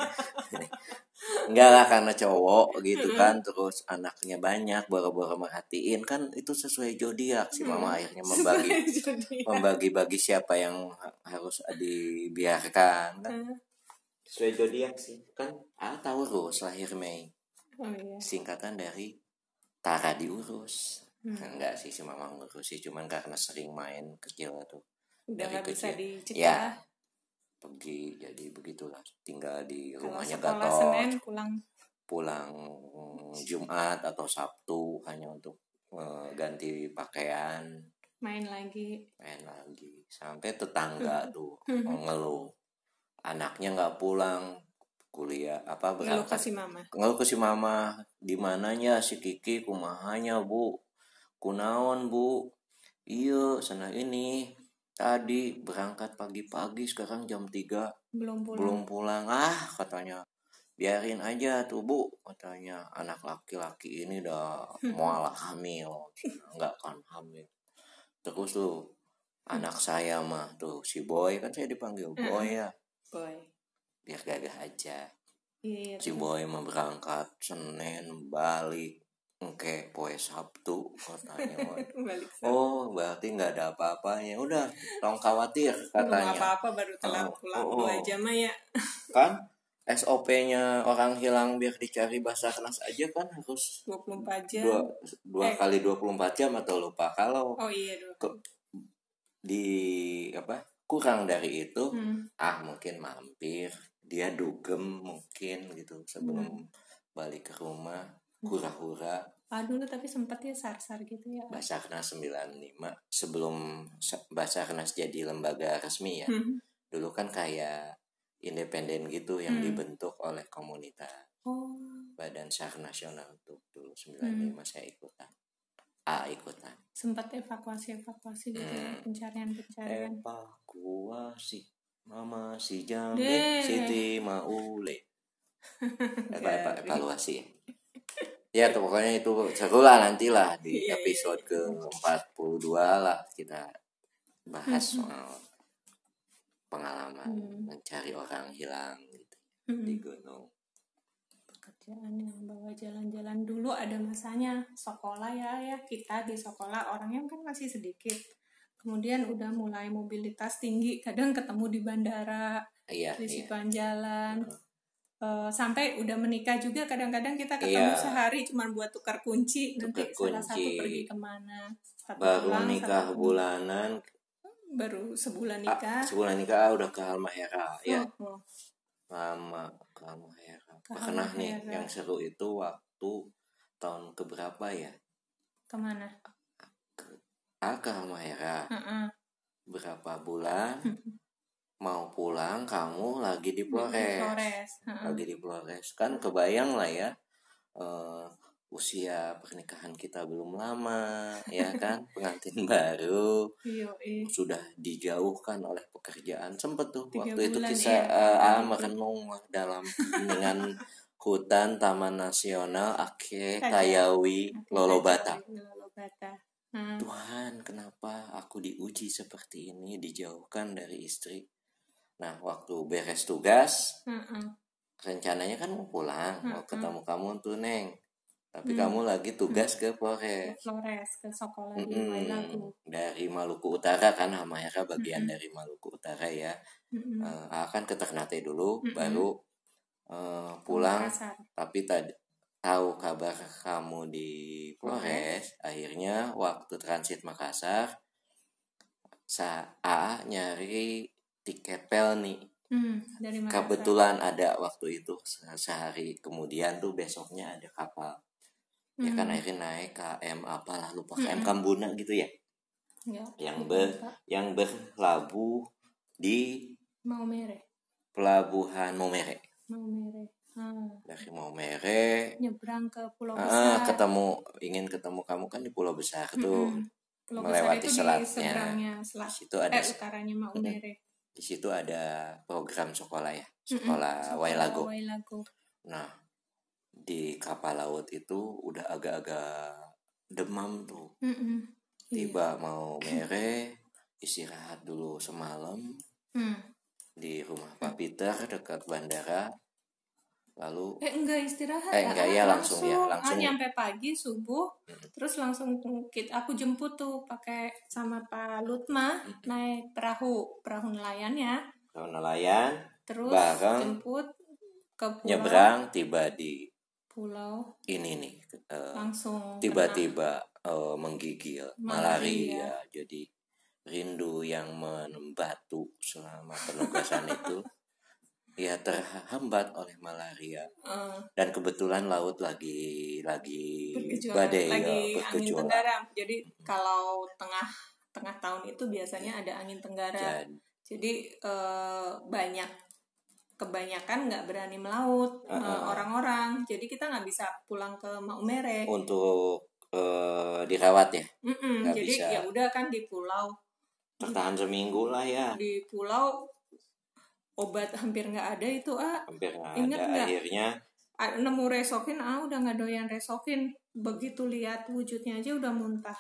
Enggak lah karena cowok gitu kan, terus anaknya banyak boro-boro merhatiin kan itu sesuai zodiak. Si mama akhirnya membagi membagi-bagi siapa yang harus dibiarkan kan. Sesuai zodiak sih kan. Ah Taurus lahir Mei. Oh, iya. Singkatan dari Tara diurus. Hmm. Enggak sih si mama ngurus sih, cuman karena sering main kecil tuh. Udah dari kecil. Bisa dicegah. Ya. Pergi jadi begitulah, tinggal di kalau rumahnya Gatot. Senin pulang pulang Jumat atau Sabtu hanya untuk uh, ganti pakaian. Main lagi. Main lagi. Sampai tetangga tuh ngeluh. Anaknya nggak pulang kuliah apa berangkat. Ngeluh ke si mama. Ngeluh ke si mama. Di mananya si Kiki kumahanya Bu? Kunaon Bu? Iya sana ini. Tadi berangkat pagi-pagi sekarang jam tiga belum pulang. Belum pulang. Ah katanya biarin aja tuh Bu katanya anak laki-laki ini udah mualah hamil. Enggak kan hamil. Terus tuh anak saya mah tuh si Boy kan saya dipanggil Boy ya. Boy. Biar gagah aja. Iya, si Boy mah berangkat Senin balik Oke, poe Sabtu katanya. Oh, berarti nggak ada apa-apanya. Udah, tolong khawatir katanya. Belum apa-apa baru telat oh, pulang oh, oh. dua jam ya. Kan? S O P-nya orang hilang biar dicari Basarnas aja kan harus dua puluh empat jam. dua, dua Eh. kali dua puluh empat jam atau lupa. Kalau Oh iya dua. ke, di apa kurang dari itu, Hmm. ah mungkin mampir, dia dugem mungkin gitu sebelum hmm. balik ke rumah, hura-hura. Ah dulu tapi sempat ya sar-sar gitu ya. Basarnas sembilan puluh lima sebelum Basarnas jadi lembaga resmi ya. Hmm. Dulu kan kayak independen gitu yang hmm. dibentuk oleh komunitas. Oh. Badan S A R Nasional tuh dulu sembilan puluh lima hmm. saya ikutan. Ah ikutan. Sempat evakuasi-evakuasi gitu hmm. ya, pencarian-pencarian. Evakuasi Mama si Jambe Siti Maule. Eva, eva, evaluasi ya. Ya tuh pokoknya itu seru lah, nantilah di episode ke empat puluh dua lah kita bahas soal pengalaman hmm. mencari orang hilang gitu hmm. di gunung. Pekerjaan yang bawa jalan-jalan dulu ada masanya sekolah ya ya kita di sekolah orangnya kan masih sedikit. Kemudian udah mulai mobilitas tinggi, kadang ketemu di bandara, iya, di iya. situan jalan. Uh-huh. Uh, sampai udah menikah juga kadang-kadang kita ketemu iya. sehari cuma buat tukar kunci, tukar nanti kunci. Salah satu pergi kemana. Satu baru pulang, nikah satu bulanan. Baru sebulan nikah. Ah, sebulan nikah udah ke Halmahera ya. Oh, oh. Lama ke Halmahera. Pernah nih yang seru itu waktu tahun keberapa ya? Kemana? Ke, ah, ke Halmahera. Uh-uh. Berapa bulan? Mau pulang kamu lagi di Flores. Di Flores. Uh-uh. Lagi di Flores. Kan kebayang lah ya. Uh, usia pernikahan kita belum lama ya kan, pengantin baru sudah dijauhkan oleh pekerjaan. Sempet tuh Tiga waktu itu kisah ya, uh, merenung dalam keheningan hutan Taman Nasional Aceh Tayawi Lolobata. Hmm. Tuhan, kenapa aku diuji seperti ini, dijauhkan dari istri. Nah waktu beres tugas uh-uh. rencananya kan mau pulang, uh-uh. mau ketemu kamu tuh Neng. Tapi hmm. kamu lagi tugas hmm. ke Flores. Ke Flores, ke sekolah di Wailago. Dari Maluku Utara kan, Halmahera bagian hmm. dari Maluku Utara ya. Hmm. Uh, akan ke Ternate dulu, hmm. baru uh, pulang. Oh, tapi tadi tahu kabar kamu di Flores, okay. akhirnya waktu transit Makassar, saya nyari tiket pel nih. Hmm, dari Makassar. Kebetulan ada waktu itu sehari kemudian tuh besoknya ada kapal. Ya kan akhirnya naik K M apalah lupa K M Kambuna gitu ya, ya yang ber yang berlabuh di Maumere, pelabuhan Maumere. Maumere. Hmm. Dari Maumere nyebrang ke Pulau ah, Besar. Ketemu ingin ketemu kamu kan di Pulau Besar tuh, Pulau melewati Besar itu selatnya. Di selat. Situ ada eh, utaranya Maumere. Di situ ada program sekolah ya, sekolah Wailago. Wailago. Nah di kapal laut itu udah agak-agak demam tuh. Mm-mm. Tiba iya. Mau mere istirahat dulu semalam mm. di rumah Pak Peter dekat bandara. Lalu eh enggak istirahat eh enggak ya langsung, langsung ya langsung ah, nyampe pagi subuh mm. terus langsung aku jemput tuh pakai sama Pak Lutma mm. naik perahu perahu nelayan ya. Perahu nelayan. Terus bareng, jemput ke pulau. Nyebrang tiba di pulau ini nih uh, langsung tiba-tiba uh, menggigil malaria. malaria jadi rindu yang menembatu selama penugasan itu ya terhambat oleh malaria uh. dan kebetulan laut lagi lagi badai lagi ya, angin tenggara jadi kalau tengah tengah tahun itu biasanya ya. Ada angin tenggara jadi, jadi uh, banyak kebanyakan nggak berani melaut uh-uh. orang-orang, jadi kita nggak bisa pulang ke Maumere untuk uh, dirawat ya. Jadi bisa. Ya udah kan di pulau tertahan seminggu lah ya. Di pulau obat hampir nggak ada itu ah. Hampir nggak Ingat ada. Gak? Akhirnya nemu resokin ah udah nggak doyan resokin, begitu lihat wujudnya aja udah muntah.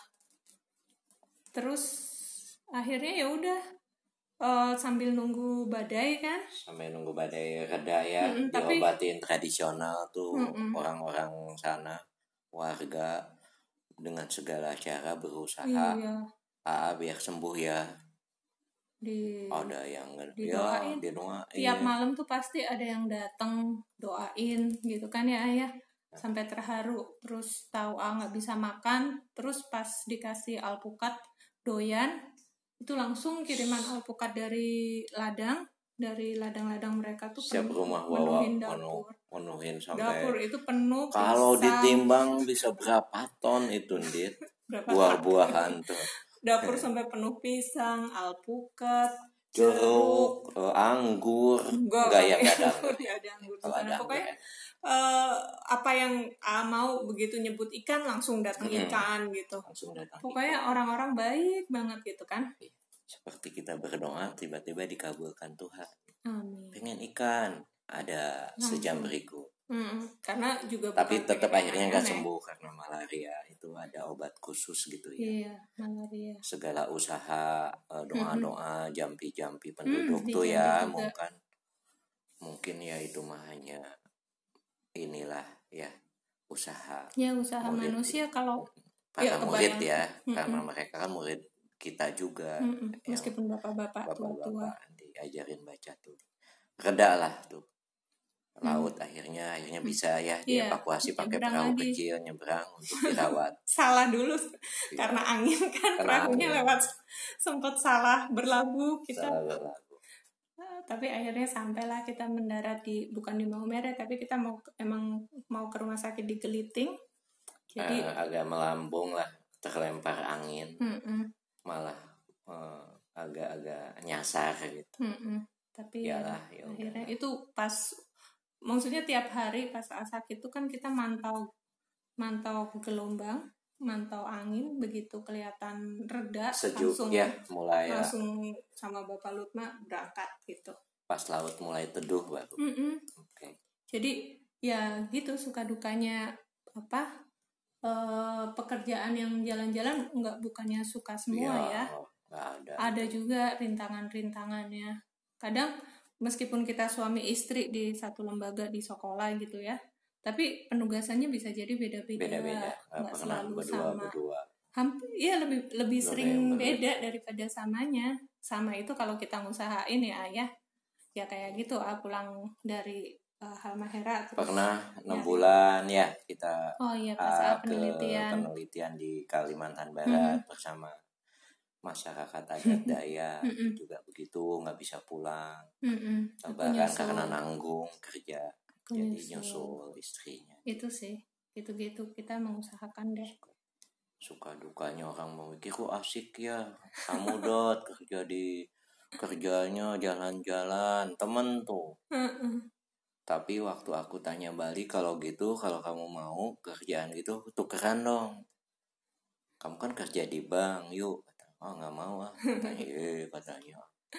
Terus akhirnya ya udah. Uh, sambil nunggu badai kan? Sambil nunggu badai reda ya, mm-mm, diobatin tapi, tradisional tuh mm-mm. orang-orang sana, warga dengan segala cara berusaha, iya. ah biar sembuh ya. di ada yang didoain. ya didoain. Tiap malam tuh pasti ada yang datang doain gitu kan ya ayah, sampai terharu. Terus tahu ah nggak bisa makan, terus pas dikasih alpukat doyan itu langsung kiriman alpukat dari ladang, dari ladang-ladang mereka tuh Siap penuh, rumah bawa penuhin penuh, dapur. penuhin sampai Dapur itu penuh kalau pisang. ditimbang bisa berapa ton itu Dit Berapa buah-buahan tuh. Dapur sampai penuh pisang, alpukat, jeruk, jeruk, eh, anggur, enggak enggak ya enggak ada enggak anggur. ada anggur di Kalau sana. ada anggur Pokoknya ya. eh, apa yang A mau begitu nyebut ikan langsung datang Mm-mm. ikan gitu. Langsung datang Pokoknya ikan. orang-orang baik banget gitu kan. Seperti kita berdoa tiba-tiba dikabulkan Tuhan. Amin. Pengen ikan, ada sejam berikut. Hmm, karena juga Tapi bukan tetap pengen akhirnya yang nggak aneh-aneh. sembuh karena malaria. Itu ada obat khusus gitu ya. Iya, malaria. Segala usaha eh, doa-doa jampi-jampi Hmm, penduduk di tuh Jambi ya juga. mungkin mungkin ya itu mah hanya inilah ya usaha Ya usaha murid manusia kalau para ya murid kebayang. ya Mm-mm. karena mereka kan murid kita juga Mm-mm. yang Meskipun bapak-bapak tua-tua. bapak-bapak diajarin baca tuh reda lah tuh laut Hmm. akhirnya akhirnya bisa ya Iya, dievakuasi pakai nyebrang perahu lagi. kecil nyebrang untuk dirawat. Salah dulu Iya. karena angin kan Karena perahunya angin. lewat sempat salah berlabuh kita. Salah berlaku. Nah, tapi akhirnya sampailah kita mendarat di bukan di Maumere tapi kita mau emang mau ke rumah sakit di Geliting. Jadi Eh, agak melambung lah terlempar angin mm-mm, malah eh, agak-agak nyasar gitu. mm-mm. Tapi ya, Yalah, ya akhirnya udah. itu pas maksudnya tiap hari pas saat sakit itu kan kita mantau mantau gelombang, mantau angin, begitu kelihatan reda Sejuk langsung ya mulai ya, langsung sama Bapak Lutma berangkat gitu. pas laut mulai teduh baru. Mm-mm. Oke. Jadi ya gitu suka dukanya apa eh, pekerjaan yang jalan-jalan nggak bukannya suka semua ya. Nggak ada. Ada juga rintangan-rintangannya. Kadang meskipun kita suami istri di satu lembaga di sekolah gitu ya, tapi penugasannya bisa jadi beda-beda. Beda-beda. Nggak Nggak pernah selalu berdua sama. berdua. Hampir ya lebih lebih Lebih sering berbeda. beda daripada samanya. Sama itu kalau kita ngusahain ya ayah, ya kayak gitu ah pulang dari uh, Halmahera terus Pernah enam nyari. bulan ya kita Oh iya pas ah, saat ke penelitian. penelitian di Kalimantan Barat Mhm. bersama masyarakat adat Dayak Mm-mm. juga begitu nggak bisa pulang. Mm-mm. Aku Lebaran nyusul. karena nanggung kerja Aku jadi nyusul. nyusul istrinya. Itu sih gitu-gitu kita mengusahakan deh. Suka dukanya orang memikir kok asik ya kamu Dot kerja di kerjanya jalan-jalan temen tuh. Mm-mm. Tapi waktu aku tanya balik kalau gitu kalau kamu mau kerjaan gitu tukeran dong. Kamu kan kerja di bank yuk. Oh nggak mau ah. Katanya eh katanya.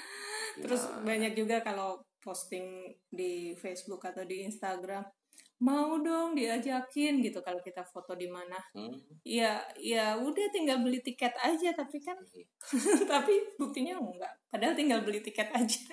Terus Gimana? banyak juga kalau posting di Facebook atau di Instagram mau dong diajakin gitu kalau kita foto di mana. Hmm? Ya ya udah tinggal beli tiket aja tapi kan tapi buktinya enggak. Padahal tinggal beli tiket aja.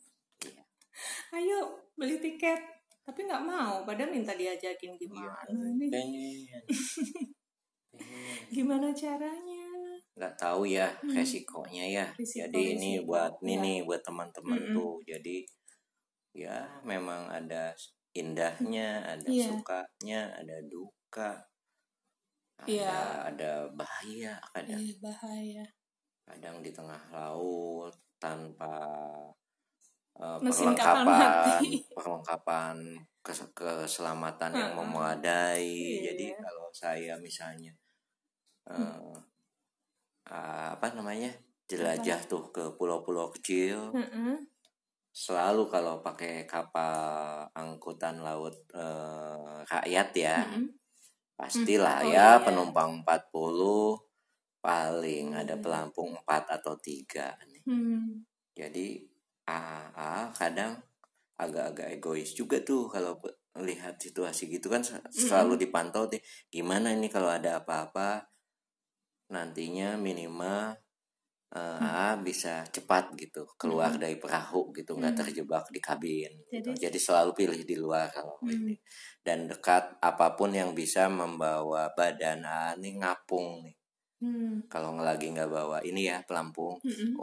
Ayo beli tiket tapi nggak mau padahal minta diajakin gimana nih. Pengen. Gimana caranya? Nggak tahu ya Hmm. resikonya ya. Risiko, Jadi ini risiko. buat ini Ya. nih buat teman-teman Mm-mm. tuh. Jadi ya memang ada indahnya, ada Iya. sukanya, ada duka, ada Iya. ada bahaya, kadang Iya bahaya. kadang di tengah laut tanpa uh, Mesin kapal perlengkapan mati. perlengkapan kes- keselamatan yang Uh-uh. memadai. Iya. Jadi kalau saya misalnya uh, uh, apa namanya jelajah tuh ke pulau-pulau kecil, Mm-mm. selalu kalau pakai kapal angkutan laut uh, rakyat ya, Mm-mm. pastilah Oh, ya iya. penumpang empat puluh paling ada Iya. pelampung empat atau tiga. Hmm. Jadi A A kadang agak-agak egois juga tuh kalau lihat situasi gitu kan selalu Mm-mm. dipantau deh gimana ini kalau ada apa-apa nantinya minimal uh, A bisa cepat gitu keluar Mm-mm. dari perahu gitu nggak Mm. terjebak di kabin gitu. Jadi- Jadi selalu pilih di luar kalau Mm. ini dan dekat apapun yang bisa membawa badan A ini ngapung nih. Hmm. Kalau lagi nggak bawa ini ya pelampung, Mm-mm. oh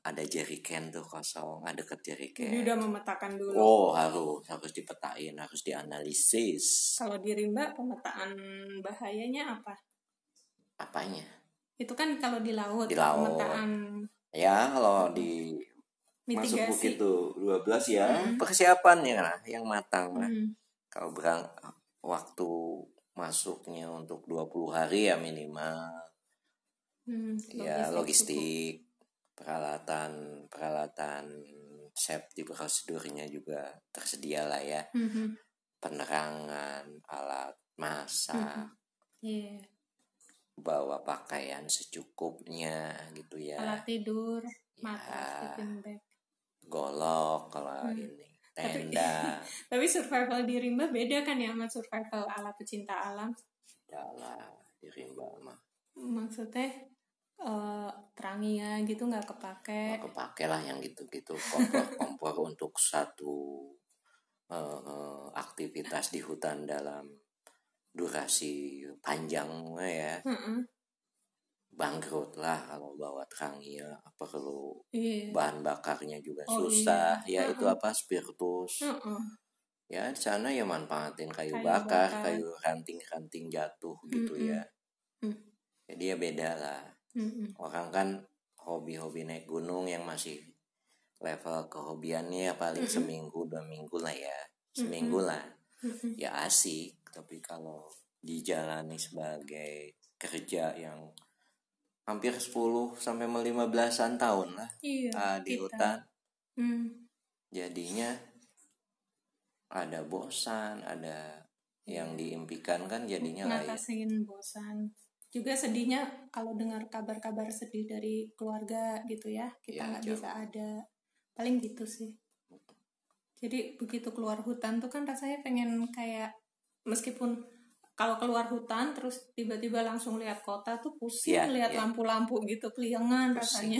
ada jeriken tuh kosong, ada deket jeriken. Jadi udah memetakan dulu. Oh harus harus dipetain, harus dianalisis. Kalau di rimba pemetaan bahayanya apa? Apanya? Itu kan kalau di laut. Di laut. Pemetaan. Ya kalau di mitigasi. Masuk bukit tuh dua belas ya, hmm. persiapannya lah yang matang lah. Hmm. Kalau berang waktu masuknya untuk dua puluh hari ya minimal. Hmm, ya logistik, cukup. peralatan peralatan safety prosedurnya juga tersedia lah ya. Mm-hmm. Penerangan, alat masak, mm-hmm. yeah. bawa pakaian secukupnya gitu ya. Alat tidur, ya, matras, sleeping bag, golok kalau hmm. ini tenda. Tapi, tapi survival di rimba beda kan ya sama survival ala pecinta alam? Yalah di rimba mah. Maksudnya uh, terangia gitu nggak kepake? Nggak kepake lah yang gitu-gitu kompor-kompor untuk satu uh, uh, aktivitas di hutan dalam durasi panjang ya. Mm-mm. Bangkrut lah kalau bawa terangia, perlu yeah. bahan bakarnya juga oh, susah iya. ya uh-uh. itu apa spiritus. Uh-uh. Ya di sana ya manfaatin kayu, kayu bakar, bakar, kayu ranting-ranting jatuh gitu mm-mm. ya. Mm. Jadi ya beda lah. Mm-mm. Orang kan hobi-hobi naik gunung yang masih level kehobiannya ya paling mm-mm. seminggu dua minggu lah ya, seminggu mm-mm. lah. Mm-mm. Ya asik. Tapi kalau dijalani sebagai kerja yang hampir sepuluh sampai lima belasan tahun lah iya, uh, di kita. hutan. Hmm. Jadinya ada bosan, ada yang diimpikan kan jadinya lah ya. Ngatasin bosan. Juga sedihnya kalau dengar kabar-kabar sedih dari keluarga gitu ya, kita nggak ya, bisa ada. Paling gitu sih. Jadi begitu keluar hutan tuh kan rasanya pengen kayak meskipun kalau keluar hutan terus tiba-tiba langsung lihat kota tuh pusing yeah, lihat yeah. lampu-lampu gitu keliangan rasanya.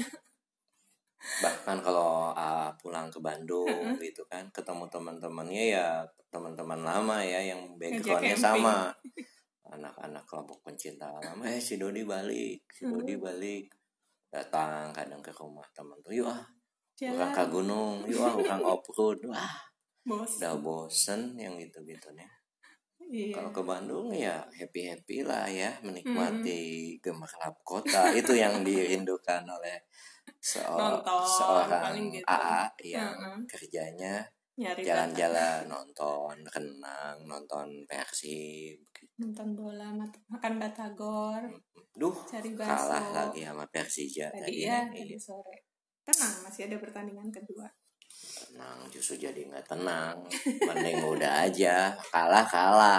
Bahkan kalau uh, pulang ke Bandung uh-uh. gitu kan ketemu teman-temannya ya teman-teman lama ya yang backgroundnya sama. Anak-anak kelompok pencinta alam, eh si Dodi balik, si Dodi uh-huh. balik. Datang kadang ke rumah teman tuh, yuk ah, orang ke gunung, yuk ah, orang off-road. Wah, bosen. Udah bosen yang gitu-gitu nih. Iya. Kalau ke Bandung ya happy-happy lah ya menikmati mm-hmm. gemerlap kota itu yang dirindukan oleh seor- nonton, seorang gitu. A A yang uh-uh. kerjanya nyari jalan-jalan, nonton renang, nonton Persib, gitu. Nonton bola, makan batagor, duh cari bakso. Kalah lagi sama Persija tadi, tadi ya, nih. Tadi sore. Tenang, masih ada pertandingan kedua. Tenang, justru jadi nggak tenang. Mending udah aja, kalah kalah.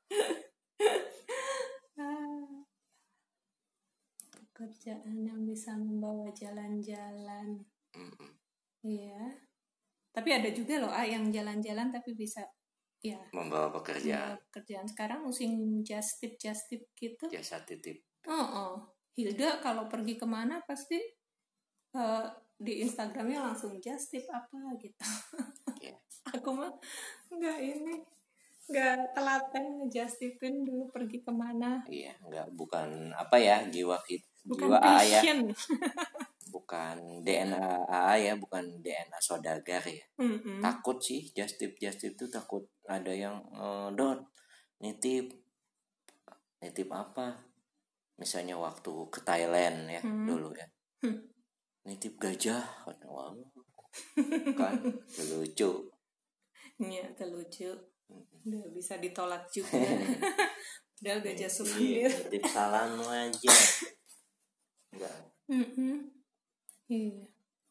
Pekerjaan yang bisa membawa jalan-jalan. Mm-mm. Iya. Tapi ada juga loh ah yang jalan-jalan tapi bisa ya membawa pekerjaan. Membawa pekerjaan. Sekarang musim just tip just tip gitu. Jasa titip. Oh, oh. Hilda kalau pergi kemana pasti uh, di Instagramnya langsung just tip apa gitu. Yeah. Aku mah nggak ini nggak telaten just tipin dulu pergi kemana. Iya nggak bukan apa ya jiwa kita bukan jiwa A ya. Bukan D N A A ya, bukan D N A saudagar ya. Mm-hmm. Takut sih just tip just tip itu takut ada yang uh, dot nitip nitip apa? Misalnya waktu ke Thailand ya mm. dulu ya. Mm. Nitip gajah, wow. Kan lucu. Iya, terlucu. Udah bisa ditolak juga. Udah gajah souvenir. Nitip salam aja. Enggak. Mm-hmm. Iya.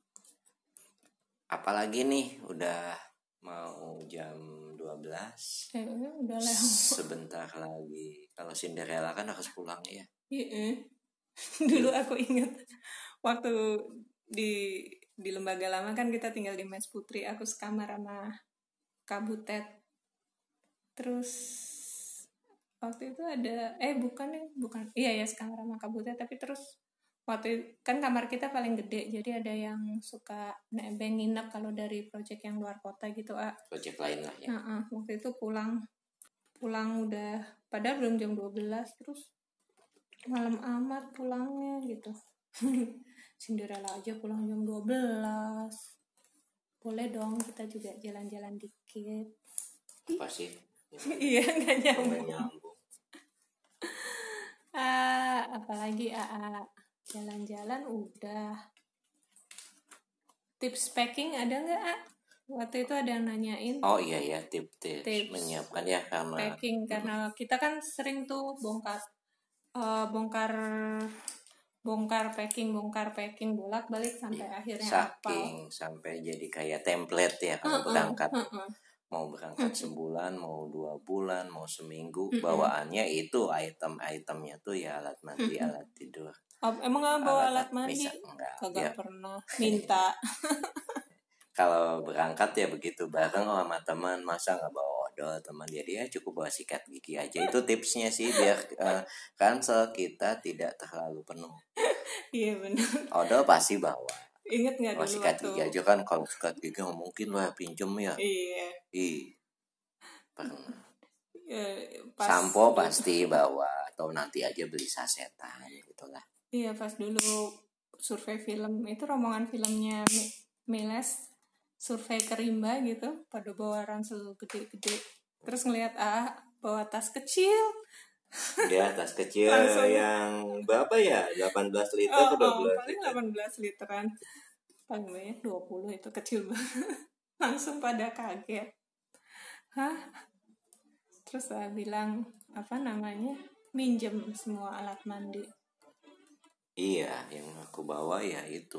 Apalagi nih udah mau jam dua belas. Eh, udah lewat. Sebentar lagi. Kalau Cinderella kan harus pulang ya. Iya. Dulu aku ingat waktu di di lembaga lama kan kita tinggal di Mes Putri, aku sekamar sama Kak Butet. Terus waktu itu ada eh bukan ya, bukan. Iya ya sekamar sama Kak Butet, tapi terus waktu kan kamar kita paling gede, jadi ada yang suka nebeng nginep kalau dari proyek yang luar kota gitu, ah. Proyek lain lah ya. Uh-uh, waktu itu pulang pulang udah padahal belum jam dua belas, terus malam amat pulangnya gitu. Cinderella aja pulang jam dua belas. Boleh dong kita juga jalan-jalan dikit. Apa sih? Iya, nggak nyambung. Nggak nyambung. Ah, apalagi ah, jalan-jalan udah. Tips packing ada nggak? Ah? Waktu itu ada yang nanyain. Oh iya ya, tips-tips Tips menyiapkan ya karena packing karena kita kan sering tuh bongkar eh, bongkar bongkar packing bongkar packing bolak-balik sampai akhirnya saking apa? sampai jadi kayak template ya kalau Uh-uh, berangkat. uh-uh. Mau berangkat sebulan, mau dua bulan, mau seminggu, Mm-mm. bawaannya itu item-itemnya tuh ya alat mandi, Mm-mm. alat tidur. Ap- Emang nggak bawa alat, Alat mandi? misal enggak. Kagak Ya, pernah minta. kalau berangkat ya begitu bareng oh, sama teman, masa nggak bawa odol teman, jadi ya cukup bawa sikat gigi aja. Itu tipsnya sih biar uh, ransel kita tidak terlalu penuh. Iya benar. Odol pasti bawa. Ingat nggak Oh, dulu sikat waktu? gigi aja kan, kalau sikat gigi nggak mungkin lah pinjem ya. Iya. Ih, pernah. Eh, pas Sampo dulu- pasti bawa, atau nanti aja beli sasetan gitulah. Iya pas dulu survei film itu rombongan filmnya Mi- Miles survei ke Rimba gitu pada bawa ransel gede-gede terus ngelihat A bawa tas kecil. Dia tas kecil Langsung. yang berapa ya? delapan belas liter Oh, atau dua oh, belas paling liter? delapan belas literan paling banyak dua puluh itu kecil banget. Langsung pada kaget. Hah? Terus saya bilang apa namanya minjem semua alat mandi. Iya, yang aku bawa ya itu.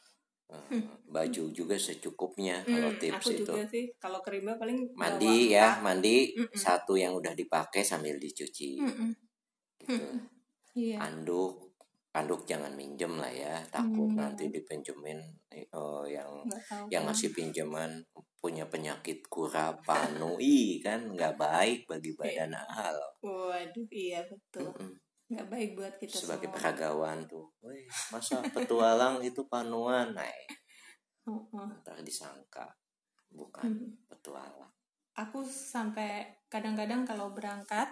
Uh, baju juga secukupnya kalau Hmm, tips aku itu. juga sih kalau ke Rimba paling Mandi bawa ya, empat. mandi Mm-mm. satu yang udah dipakai sambil dicuci. Mm-mm. Gitu. Iya. Anduk, anduk jangan minjem lah ya, takut Hmm. nanti dipinjemin oh, yang Nggak tahu yang kan. ngasih pinjaman punya penyakit kurap panu, ih kan nggak baik bagi badan A loh. Waduh, iya betul. Mm-mm. Nggak baik buat kita Sebagai semua. peragawan tuh, weh, masa petualang itu panuan, nah, Uh-uh. ntar disangka bukan Hmm. petualang. Aku sampai kadang-kadang kalau berangkat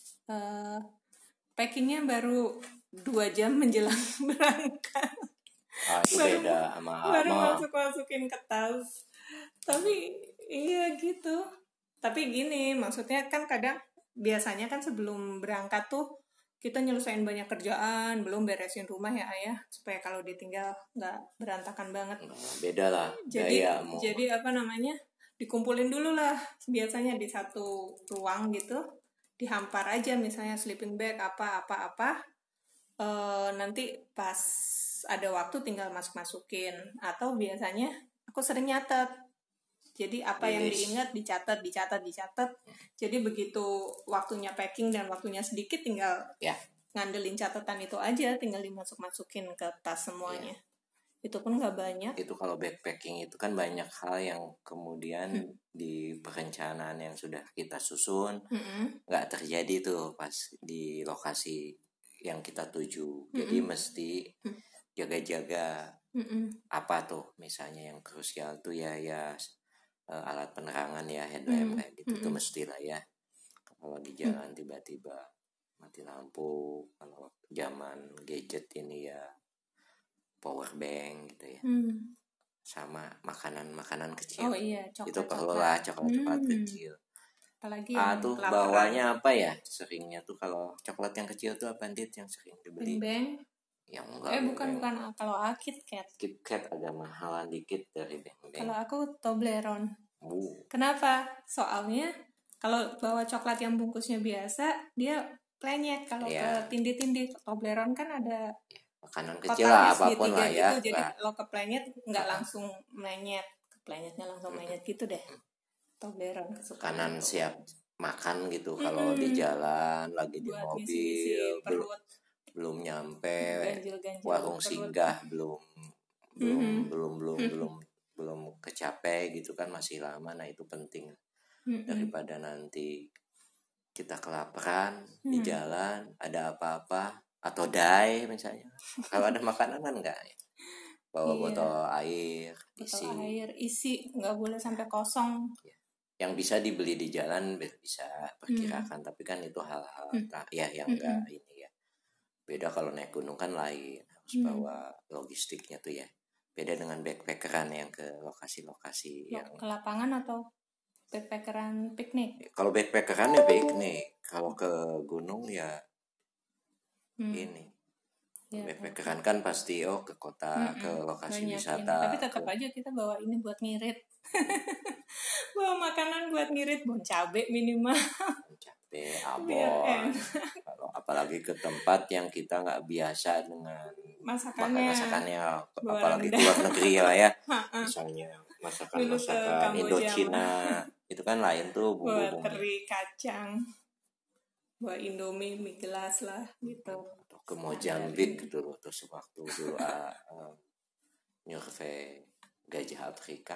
uh, packingnya baru dua jam menjelang berangkat. Ah, itu baru, beda sama baru sama masuk masukin ke tas. Tapi iya gitu. Tapi gini, maksudnya kan kadang biasanya kan sebelum berangkat tuh kita nyelesain banyak kerjaan, belum beresin rumah ya ayah, supaya kalau ditinggal nggak berantakan banget. Nah, beda lah Jadi gayamu. jadi apa namanya? Dikumpulin dulu lah, biasanya di satu ruang gitu, dihampar aja misalnya sleeping bag apa apa apa. E, nanti pas ada waktu tinggal masuk-masukin, atau biasanya aku sering nyatet. Jadi apa yang Lilis. diingat dicatat, dicatat, dicatat. Jadi begitu waktunya packing dan waktunya sedikit tinggal Ya. ngandelin catatan itu aja, tinggal dimasuk-masukin ke tas semuanya. Ya. Itu pun nggak banyak. Itu kalau backpacking itu kan banyak hal yang kemudian hmm. di perencanaan yang sudah kita susun Mm-mm. nggak terjadi tuh pas di lokasi yang kita tuju. Jadi Mm-mm. mesti jaga-jaga. Mm-mm. Apa tuh misalnya yang krusial tuh ya ya uh, alat penerangan ya, headlamp Mm-mm. kayak gitu tuh mestilah ya. Kalau di jalan tiba-tiba mati lampu, kalau zaman gadget ini ya power bank gitu ya. Mm. Sama makanan-makanan kecil. Oh iya, coklat. Itu perlu lah coklat-coklat hmm. kecil. Apalagi ah yang tuh kelaparan. bawanya apa ya? Seringnya tuh kalau coklat yang kecil tuh apa Dit yang sering dibeli? Beng-beng. Yang enggak. Eh bukan bukan kalau aku KitKat. KitKat agak mahalan dikit dari beng-beng. Kalau aku Toblerone. Uh. Kenapa? Soalnya kalau bawa coklat yang bungkusnya biasa, dia plenyet. Kalau yeah. ke tindi-tindi Toblerone kan ada makanan kecil lah apapun segitiga lah ya. gitu, jadi nah. kalau keplenyet nggak langsung melenyet, keplenyetnya langsung melenyet gitu deh. Toblerone kesukaan kanan itu. Siap makan gitu Mm-mm. kalau di jalan lagi di buat mobil ngisi-ngisi belum perut, belum nyampe ganjil-ganjil warung perut. singgah belum belum Mm-hmm. belum belum Mm-hmm. belum belum kecapai gitu kan, masih lama. Nah itu penting Mm-hmm. daripada nanti kita kelaparan mm-hmm. di jalan ada apa-apa atau die misalnya. Kalau ada makanan kan enggak ya, bawa iya. botol air botol isi air isi nggak boleh sampai kosong. Yang bisa dibeli di jalan bisa perkirakan, mm. tapi kan itu hal-hal mm. ya yang enggak mm-hmm. ini ya. Beda kalau naik gunung kan lain, harus hmm. bawa logistiknya tuh ya. Beda dengan backpackeran yang ke lokasi-lokasi Lo, yang ke lapangan atau backpackeran piknik? Kalau backpackeran ya piknik, kalau ke gunung ya hmm. ini. Ya, backpackeran kan pasti oh ke kota, mm-mm. ke lokasi banyak wisata. Ini. Tapi tetap ke... aja kita bawa ini buat ngirit. Bawa makanan buat ngirit, bon cabe minimal. Bon cabe, abon. Kalau apalagi ke tempat yang kita nggak biasa dengan masakannya, masakannya apalagi ke luar negeri lah ya. Misalnya masakan-masakan Indochina, itu kan lain tuh bumbu-bumbu. Bawa teri kacang, bawa Indomie mie gelas lah gitu. Ke Mozambik gitu loh, terus waktu dulu uh, uh, nyurvei gajah Afrika.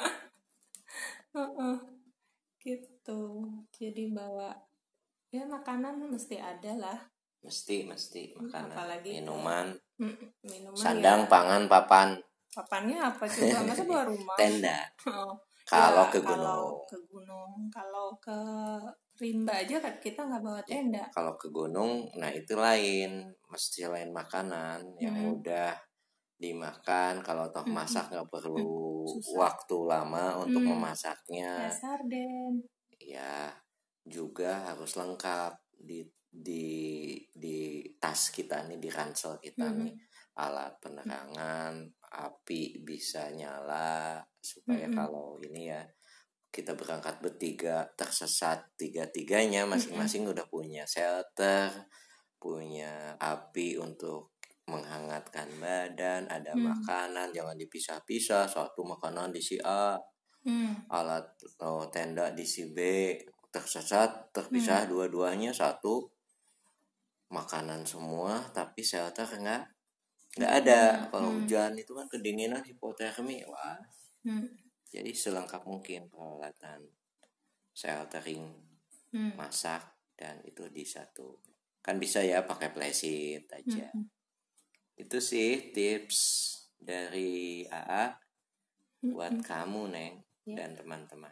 uh-uh. Gitu, jadi bawa ya makanan mesti ada lah. Mesti mesti makanan, apalagi minuman, minuman sandang, ya. Pangan, papan. Papannya apa coba? Masa bawa rumah? Tenda. Oh. Kalau Ya, ke gunung. Kalau ke gunung, kalau ke rimba aja kan kita nggak bawa tenda. Ya, kalau ke gunung, nah itu lain, mesti lain makanan hmm. yang mudah dimakan. Kalau toh masak nggak perlu Susah. waktu lama untuk hmm. memasaknya. Ya sarden. Ya juga harus lengkap di di di tas kita nih, di ransel kita hmm. nih, alat penerangan, api bisa nyala supaya hmm. kalau ini ya. Kita berangkat bertiga tersesat tiga-tiganya masing-masing mm-hmm. udah punya shelter, punya api untuk menghangatkan badan, ada mm. makanan jangan dipisah-pisah, satu makanan di si A, mm. alat oh, tenda di si B, tersesat terpisah mm. dua-duanya satu, makanan semua tapi shelter enggak enggak ada. Mm. Kalau mm. hujan itu kan kedinginan, hipotermi, wah. Mm. Jadi selengkap mungkin peralatan sheltering, hmm. masak, dan itu di satu. Kan bisa ya pakai playset aja. Hmm. Itu sih tips dari A A buat hmm. kamu, Neng, ya. Dan teman-teman.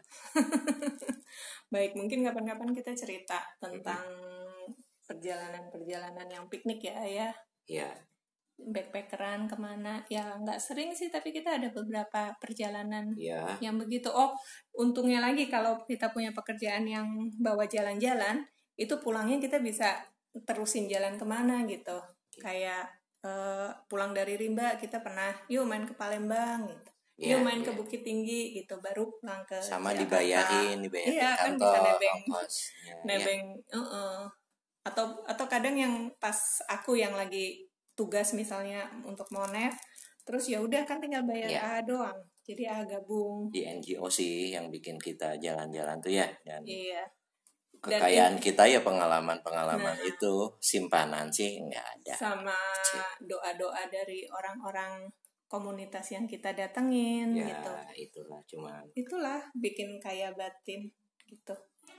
Baik, mungkin kapan-kapan kita cerita tentang hmm. perjalanan-perjalanan yang piknik ya, ya. Iya. Backpackeran kemana ya nggak sering sih, tapi kita ada beberapa perjalanan ya. yang begitu. Oh, untungnya lagi kalau kita punya pekerjaan yang bawa jalan-jalan, itu pulangnya kita bisa terusin jalan kemana gitu. Kayak uh, pulang dari rimba kita pernah yuk main ke Palembang gitu, ya, yuk main ya. ke Bukit Tinggi gitu, baru pulang ke sama Jakarta. dibayarin dibayarin iya, kantor, kan bisa nebeng ya, nebeng ya. uh-uh. atau atau kadang yang pas aku yang lagi tugas misalnya untuk monet, terus ya udah kan tinggal bayar yeah. A doang, jadi A gabung. Di N G O sih yang bikin kita jalan-jalan tuh ya, dan yeah. kekayaan dan kita ya pengalaman-pengalaman nah, itu, simpanan sih nggak ada. Sama Cik. doa-doa dari orang-orang komunitas yang kita datengin ya, gitu. Itulah cuman. Itulah bikin kaya batin gitu.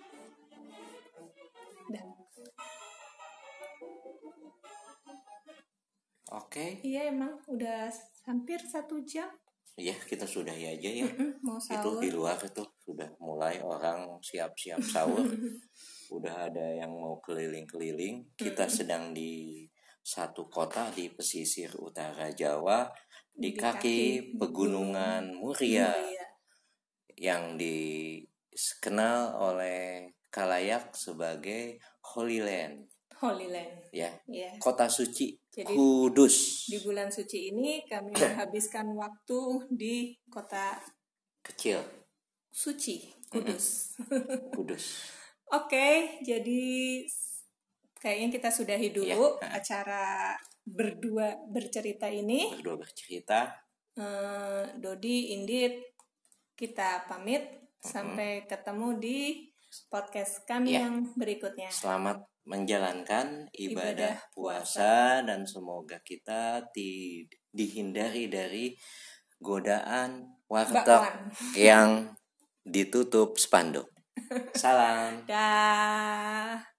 Dan Oke. Okay. Iya emang udah hampir satu jam. Iya kita sudah ya aja ya. Mau itu di luar itu sudah mulai orang siap-siap sahur. Udah ada yang mau keliling-keliling. Kita Mm-mm. sedang di satu kota di pesisir utara Jawa, di, di kaki, kaki pegunungan Muria, Muria yang dikenal oleh khalayak sebagai Holy Land. Holy Land. Ya. Yeah. Kota suci. Jadi, Kudus. Di bulan suci ini kami menghabiskan waktu di kota kecil. Suci, Kudus. Mm-hmm. Kudus. Oke, okay, jadi kayaknya kita sudahi dulu ya. Acara berdua bercerita ini. Berdua bercerita. Uh, Dodi, Indit, kita pamit. Mm-hmm. Sampai ketemu di podcast kami ya. Yang berikutnya. Selamat menjalankan ibadah, ibadah puasa, dan semoga kita di, dihindari dari godaan warteg yang ditutup spanduk. Salam. Dah.